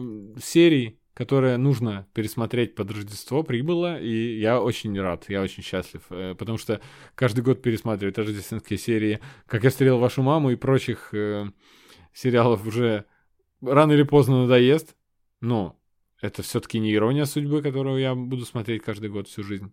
[SPEAKER 1] серий, которые нужно пересмотреть под Рождество, прибыло, и я очень рад, я очень счастлив, потому что каждый год пересматривать рождественские серии «Как я встретил вашу маму» и прочих сериалов уже рано или поздно надоест, но это все-таки не «Ирония судьбы», которую я буду смотреть каждый год всю жизнь.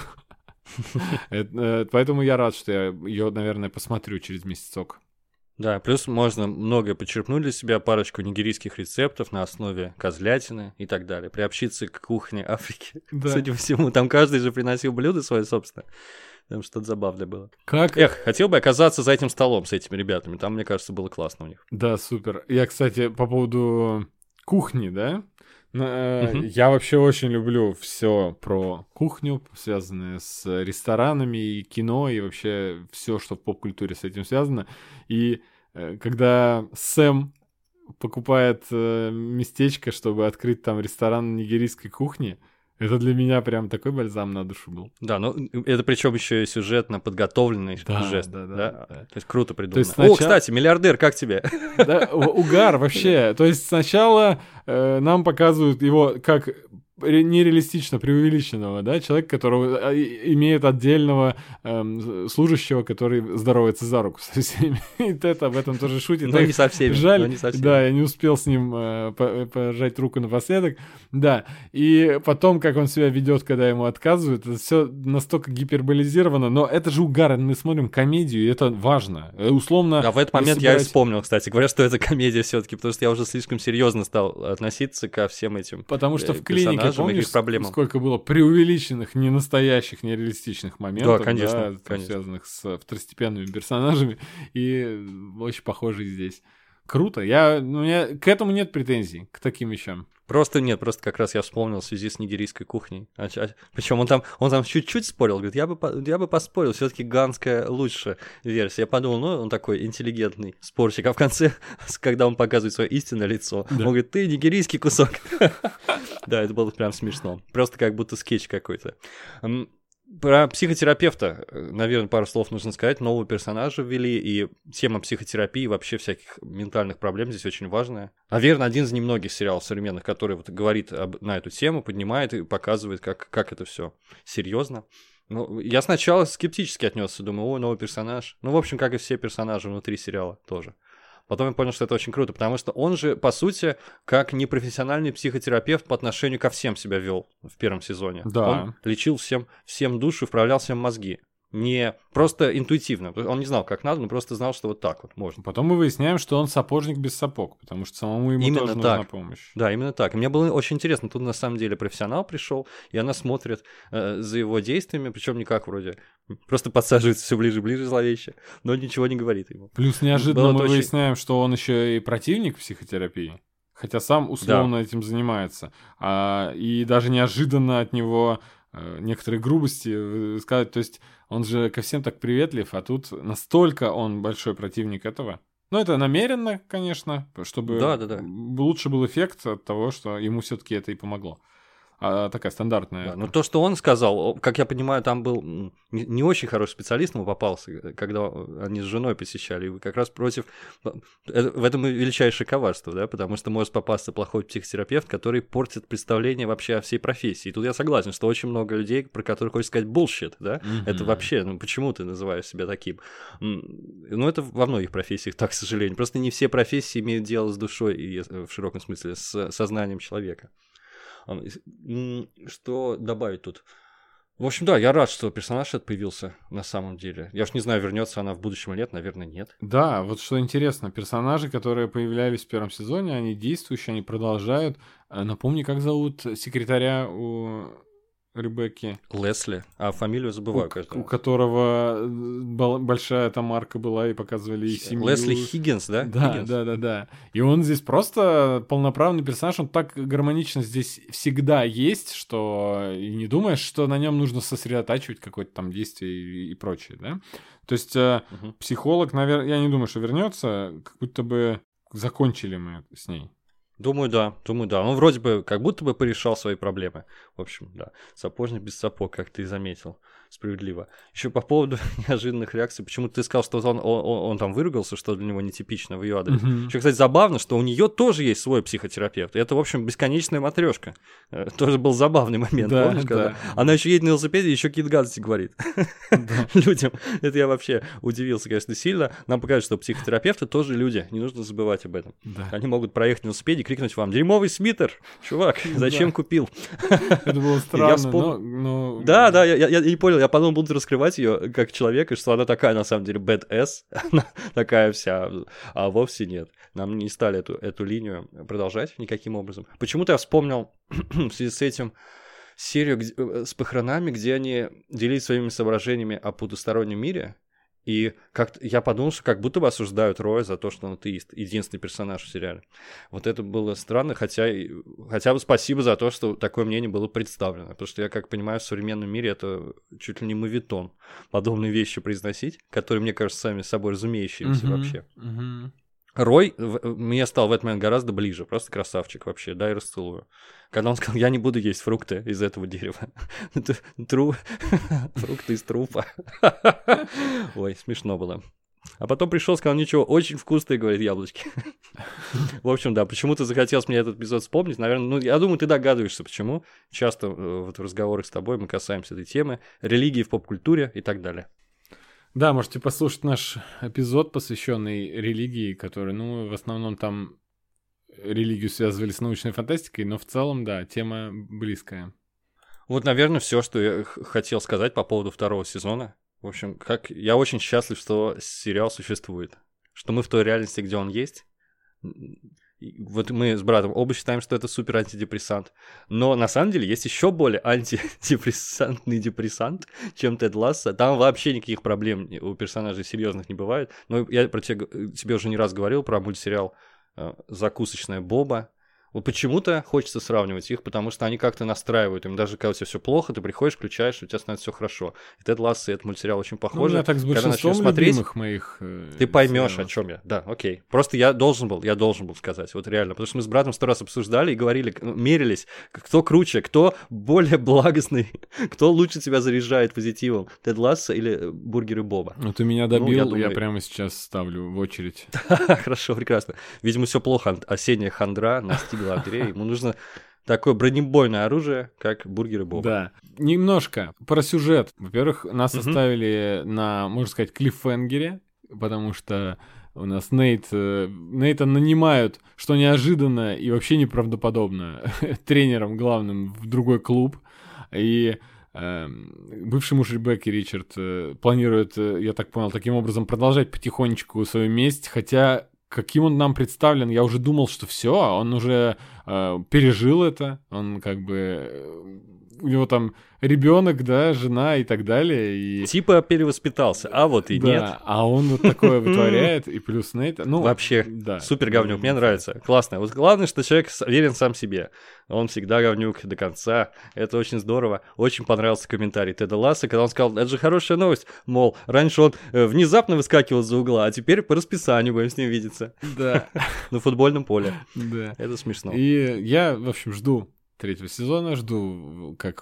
[SPEAKER 1] Поэтому я рад, что я ее, наверное, посмотрю через месяцок.
[SPEAKER 2] Да, плюс можно многое почерпнуть для себя, парочку нигерийских рецептов на основе козлятины и так далее. Приобщиться к кухне Африки. Да. Судя по всему, там каждый же приносил блюдо свое собственное. Там что-то забавное было. Эх, хотел бы оказаться за этим столом с этими ребятами. Там, мне кажется, было классно у них.
[SPEAKER 1] Да, супер. Я, кстати, по поводу кухни, да? Я вообще очень люблю все про кухню, связанное с ресторанами и кино, и вообще все, что в поп-культуре с этим связано. И когда Сэм покупает местечко, чтобы открыть там ресторан нигерийской кухни, Это для меня прям такой бальзам на душу был.
[SPEAKER 2] Да, ну это причем еще и сюжетно подготовленный жест.
[SPEAKER 1] Да.
[SPEAKER 2] То есть круто придумано.
[SPEAKER 1] То есть сначала...
[SPEAKER 2] О, кстати, «Миллиардер», как тебе?
[SPEAKER 1] Да, угар вообще. То есть сначала нам показывают его как нереалистично преувеличенного, да, человека, которого имеет отдельного служащего, который здоровается за руку со всеми. И Тед об этом тоже шутит.
[SPEAKER 2] Но не со всеми.
[SPEAKER 1] Жаль, да, я не успел с ним пожать руку напоследок. Да, и потом, как он себя ведет, когда ему отказывают, это все настолько гиперболизировано, но это же угар, мы смотрим комедию, и это важно. Условно...
[SPEAKER 2] А в этот момент я и вспомнил, кстати, говоря, что это комедия все-таки, потому что я уже слишком серьезно стал относиться ко всем этим
[SPEAKER 1] Потому что в клинике, помнишь, сколько было преувеличенных, ненастоящих, нереалистичных моментов,
[SPEAKER 2] да, конечно.
[SPEAKER 1] Связанных с второстепенными персонажами, и очень похоже и здесь. Круто. У меня к этому нет претензий, к таким вещам.
[SPEAKER 2] Просто как раз я вспомнил в связи с нигерийской кухней. Причем он там чуть-чуть спорил, говорит, я бы поспорил, все-таки ганская лучше версия. Я подумал, он такой интеллигентный спорщик, а в конце, когда он показывает свое истинное лицо, он говорит, ты нигерийский кусок. Да, это было прям смешно. Просто как будто скетч какой-то. Про психотерапевта, наверное, пару слов нужно сказать. Нового персонажа ввели, и тема психотерапии, вообще всяких ментальных проблем здесь очень важная. Наверное, один из немногих сериалов современных, который вот говорит на эту тему, поднимает и показывает, как это все серьезно. Ну, я сначала скептически отнесся, думаю, новый персонаж. Ну, в общем, как и все персонажи внутри сериала тоже. Потом я понял, что это очень круто, потому что он же, по сути, как непрофессиональный психотерапевт по отношению ко всем себя вел в первом сезоне.
[SPEAKER 1] Да.
[SPEAKER 2] Он лечил всем душу, вправлял всем мозги. Не просто интуитивно. Он не знал, как надо, но просто знал, что вот так вот можно.
[SPEAKER 1] Потом мы выясняем, что он сапожник без сапог, потому что самому ему
[SPEAKER 2] именно
[SPEAKER 1] тоже нужна помощь.
[SPEAKER 2] Да, именно так. И мне было очень интересно. Тут на самом деле профессионал пришел, и она смотрит за его действиями, причем никак вроде. Просто подсаживается все ближе и ближе зловеще, но ничего не говорит ему.
[SPEAKER 1] Плюс неожиданно мы выясняем, что он еще и противник психотерапии. Хотя сам условно этим занимается. И даже неожиданно от него некоторые грубости сказать. То есть он же ко всем так приветлив, а тут настолько он большой противник этого. Ну, это намеренно, конечно, чтобы лучше был эффект от того, что ему все-таки это и помогло. Такая стандартная.
[SPEAKER 2] Да, но то, что он сказал, как я понимаю, там был не очень хороший специалист, ему попался, когда они с женой посещали, и как раз против... В этом и величайшее коварство, да, потому что может попасться плохой психотерапевт, который портит представление вообще о всей профессии. И тут я согласен, что очень много людей, про которых хочется сказать bullshit, да, это вообще, почему ты называешь себя таким? Ну, это во многих профессиях так, к сожалению. Просто не все профессии имеют дело с душой и в широком смысле с сознанием человека. Что добавить тут? В общем, да, я рад, что персонаж этот появился на самом деле. Я уж не знаю, вернется она в будущем или нет, наверное, нет.
[SPEAKER 1] Да, вот что интересно, персонажи, которые появлялись в первом сезоне, они действующие, они продолжают. Напомни, как зовут секретаря у Ребекки?
[SPEAKER 2] Лесли. А фамилию забываю, кажется.
[SPEAKER 1] У которого большая там марка была, и показывали их семью.
[SPEAKER 2] Лесли Хиггинс, да?
[SPEAKER 1] Да. И он здесь просто полноправный персонаж, он так гармонично здесь всегда есть, что и не думаешь, что на нем нужно сосредотачивать какое-то там действие и прочее, да? То есть психолог, наверное, я не думаю, что вернется, как будто бы закончили мы с ней.
[SPEAKER 2] Думаю, да. Он вроде бы как будто бы порешал свои проблемы. В общем, да. Сапожник без сапог, как ты и заметил. Справедливо. Еще по поводу неожиданных реакций. Почему-то ты сказал, что он там выругался, что для него нетипично в ее адрес. Еще, кстати, забавно, что у нее тоже есть свой психотерапевт. И это, в общем, бесконечная матрешка. Тоже был забавный момент,
[SPEAKER 1] да,
[SPEAKER 2] помнишь? Когда она еще едет на велосипеде и еще какие-то гадости говорит людям. Это я вообще удивился, конечно, сильно. Нам показывают, что психотерапевты тоже люди. Не нужно забывать об этом. Они могут проехать на велосипеде и крикнуть вам: «Дерьмовый свитер! Чувак, зачем купил?»
[SPEAKER 1] Это было странно, но...
[SPEAKER 2] Да, я не понял. Я подумал, буду раскрывать ее как человека, что она такая, на самом деле, badass, она такая вся, а вовсе нет. Нам не стали эту линию продолжать никаким образом. Почему-то я вспомнил в связи с этим серию с похоронами, где они делились своими соображениями о потустороннем мире, и я подумал, что как будто бы осуждают Роя за то, что он атеист, единственный персонаж в сериале. Вот это было странно, хотя бы спасибо за то, что такое мнение было представлено. Потому что я, как понимаю, в современном мире это чуть ли не моветон подобные вещи произносить, которые, мне кажется, сами собой разумеющиеся вообще. Рой мне стал в этот момент гораздо ближе, просто красавчик вообще, дай расцелую. Когда он сказал, я не буду есть фрукты из этого дерева. Фрукты из трупа. Ой, смешно было. А потом пришел, сказал, ничего, очень вкусные, говорит, яблочки. В общем, да, почему-то захотелось мне этот эпизод вспомнить. Наверное, ну, я думаю, ты догадываешься, почему. Часто вот в разговорах с тобой мы касаемся этой темы. Религии в поп-культуре и так далее.
[SPEAKER 1] Да, можете послушать наш эпизод, посвященный религии, который, ну, в основном там религию связывали с научной фантастикой, но в целом, да, тема близкая.
[SPEAKER 2] Вот, наверное, все, что я хотел сказать по поводу второго сезона. В общем, я очень счастлив, что сериал существует. Что мы в той реальности, где он есть. Вот мы с братом оба считаем, что это супер антидепрессант. Но на самом деле есть еще более антидепрессантный депрессант, чем Тед Лассо. Там вообще никаких проблем у персонажей серьезных не бывает. Но я про тебе уже не раз говорил про мультсериал «Закусочная Боба». Вот почему-то хочется сравнивать их, потому что они как-то настраивают. Им даже когда у тебя все плохо, ты приходишь, включаешь, у тебя становится все хорошо. И Тед Лассо и этот мультсериал очень похожи.
[SPEAKER 1] Ну, у меня так с большинством любимых моих
[SPEAKER 2] ты поймешь, о чем я. Да, окей. Просто я должен был сказать, вот реально. Потому что мы с братом 100 раз обсуждали и говорили, мерились, кто круче, кто более благостный, кто лучше тебя заряжает позитивом. Тед Лассо или бургеры Боба.
[SPEAKER 1] Ну, ты меня добил, я прямо сейчас ставлю в очередь.
[SPEAKER 2] Хорошо, прекрасно. Видимо, все плохо, осенняя хандра настигла Андрея. Ему нужно такое бронебойное оружие, как бургеры Боба.
[SPEAKER 1] Да. Немножко про сюжет. Во-первых, нас оставили на, можно сказать, клиффхенгере, потому что у нас Нейта нанимают, что неожиданно и вообще неправдоподобно, тренером главным в другой клуб. И бывший муж Ребекки Ричард планирует, я так понял, таким образом продолжать потихонечку свою месть, хотя каким он нам представлен, я уже думал, что все, он уже пережил это, он как бы у него там ребенок, да, жена и так далее. И...
[SPEAKER 2] Типа перевоспитался, а вот и
[SPEAKER 1] да,
[SPEAKER 2] нет.
[SPEAKER 1] А он вот такое вытворяет, и плюс Нейт. Ну,
[SPEAKER 2] вообще,
[SPEAKER 1] да,
[SPEAKER 2] супер говнюк, мне нравится. Классно. Вот главное, что человек верен сам себе. Он всегда говнюк до конца. Это очень здорово. Очень понравился комментарий Теда Лассо, когда он сказал, это же хорошая новость. Мол, раньше он внезапно выскакивал из-за угла, а теперь по расписанию будем с ним видеться.
[SPEAKER 1] Да.
[SPEAKER 2] На футбольном поле.
[SPEAKER 1] Да.
[SPEAKER 2] Это смешно.
[SPEAKER 1] И я, в общем, жду третьего сезона, жду, как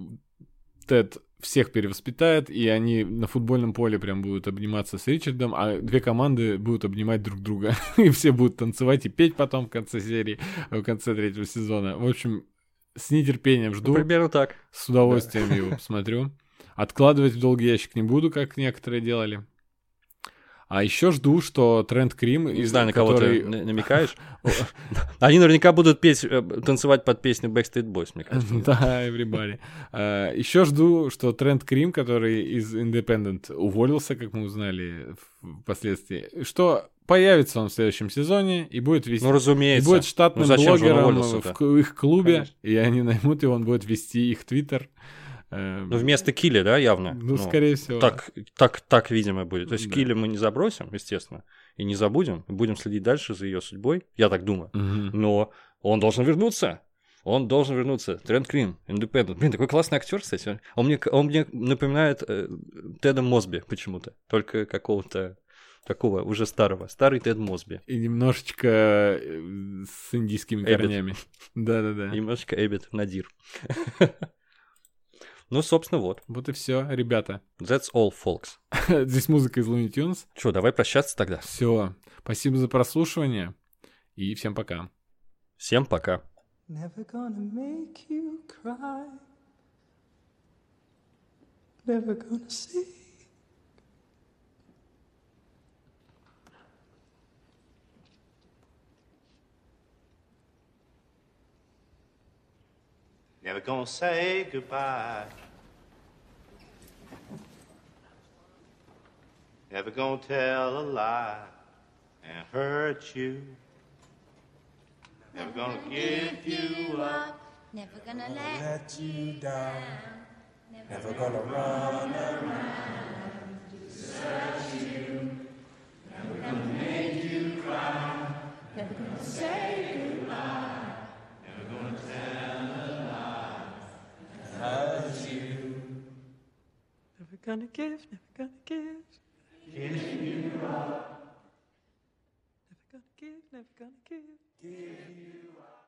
[SPEAKER 1] Тед всех перевоспитает, и они на футбольном поле прям будут обниматься с Ричардом, а две команды будут обнимать друг друга. И все будут танцевать и петь потом в конце серии, в конце третьего сезона. В общем, с нетерпением жду.
[SPEAKER 2] Ну, примерно так.
[SPEAKER 1] С удовольствием его посмотрю. Откладывать в долгий ящик не буду, как некоторые делали. А еще жду, что Трент Крим...
[SPEAKER 2] Не знаю, на кого ты намекаешь. Они наверняка будут танцевать под песню Backstreet Boys, мне кажется.
[SPEAKER 1] Да, everybody. Еще жду, что Трент Крим, который из Independent уволился, как мы узнали впоследствии, что появится он в следующем сезоне и будет вести...
[SPEAKER 2] Ну, разумеется.
[SPEAKER 1] И будет штатным блогером в их клубе, и они наймут его, он будет вести их твиттер.
[SPEAKER 2] Ну, вместо Килли, да, явно?
[SPEAKER 1] Ну, скорее всего.
[SPEAKER 2] Так, видимо, будет. То есть
[SPEAKER 1] да.
[SPEAKER 2] Килли мы не забросим, естественно, и не забудем. Будем следить дальше за ее судьбой, я так думаю. Но он должен вернуться. Трент Крим, Independent. Блин, такой классный актер, кстати. Он мне напоминает Теда Мосби почему-то. Только какого-то такого уже старого. Старый Тед Мосби.
[SPEAKER 1] И немножечко с индийскими корнями. Да-да-да.
[SPEAKER 2] Немножечко Эббит Надир. Ну, собственно, вот.
[SPEAKER 1] Вот и все, ребята.
[SPEAKER 2] That's all, folks.
[SPEAKER 1] Здесь музыка из Looney Tunes.
[SPEAKER 2] Что, давай прощаться тогда.
[SPEAKER 1] Все. Спасибо за прослушивание. И всем пока.
[SPEAKER 2] Всем пока.
[SPEAKER 3] Never gonna make you cry. Never gonna see. Never gonna say goodbye. Never gonna tell a lie and hurt you. Never gonna give you up.
[SPEAKER 4] Never gonna let
[SPEAKER 3] You down. Never gonna run around.
[SPEAKER 4] Never gonna say
[SPEAKER 3] Never gonna give, never gonna give. Never gonna
[SPEAKER 5] never gonna give you up.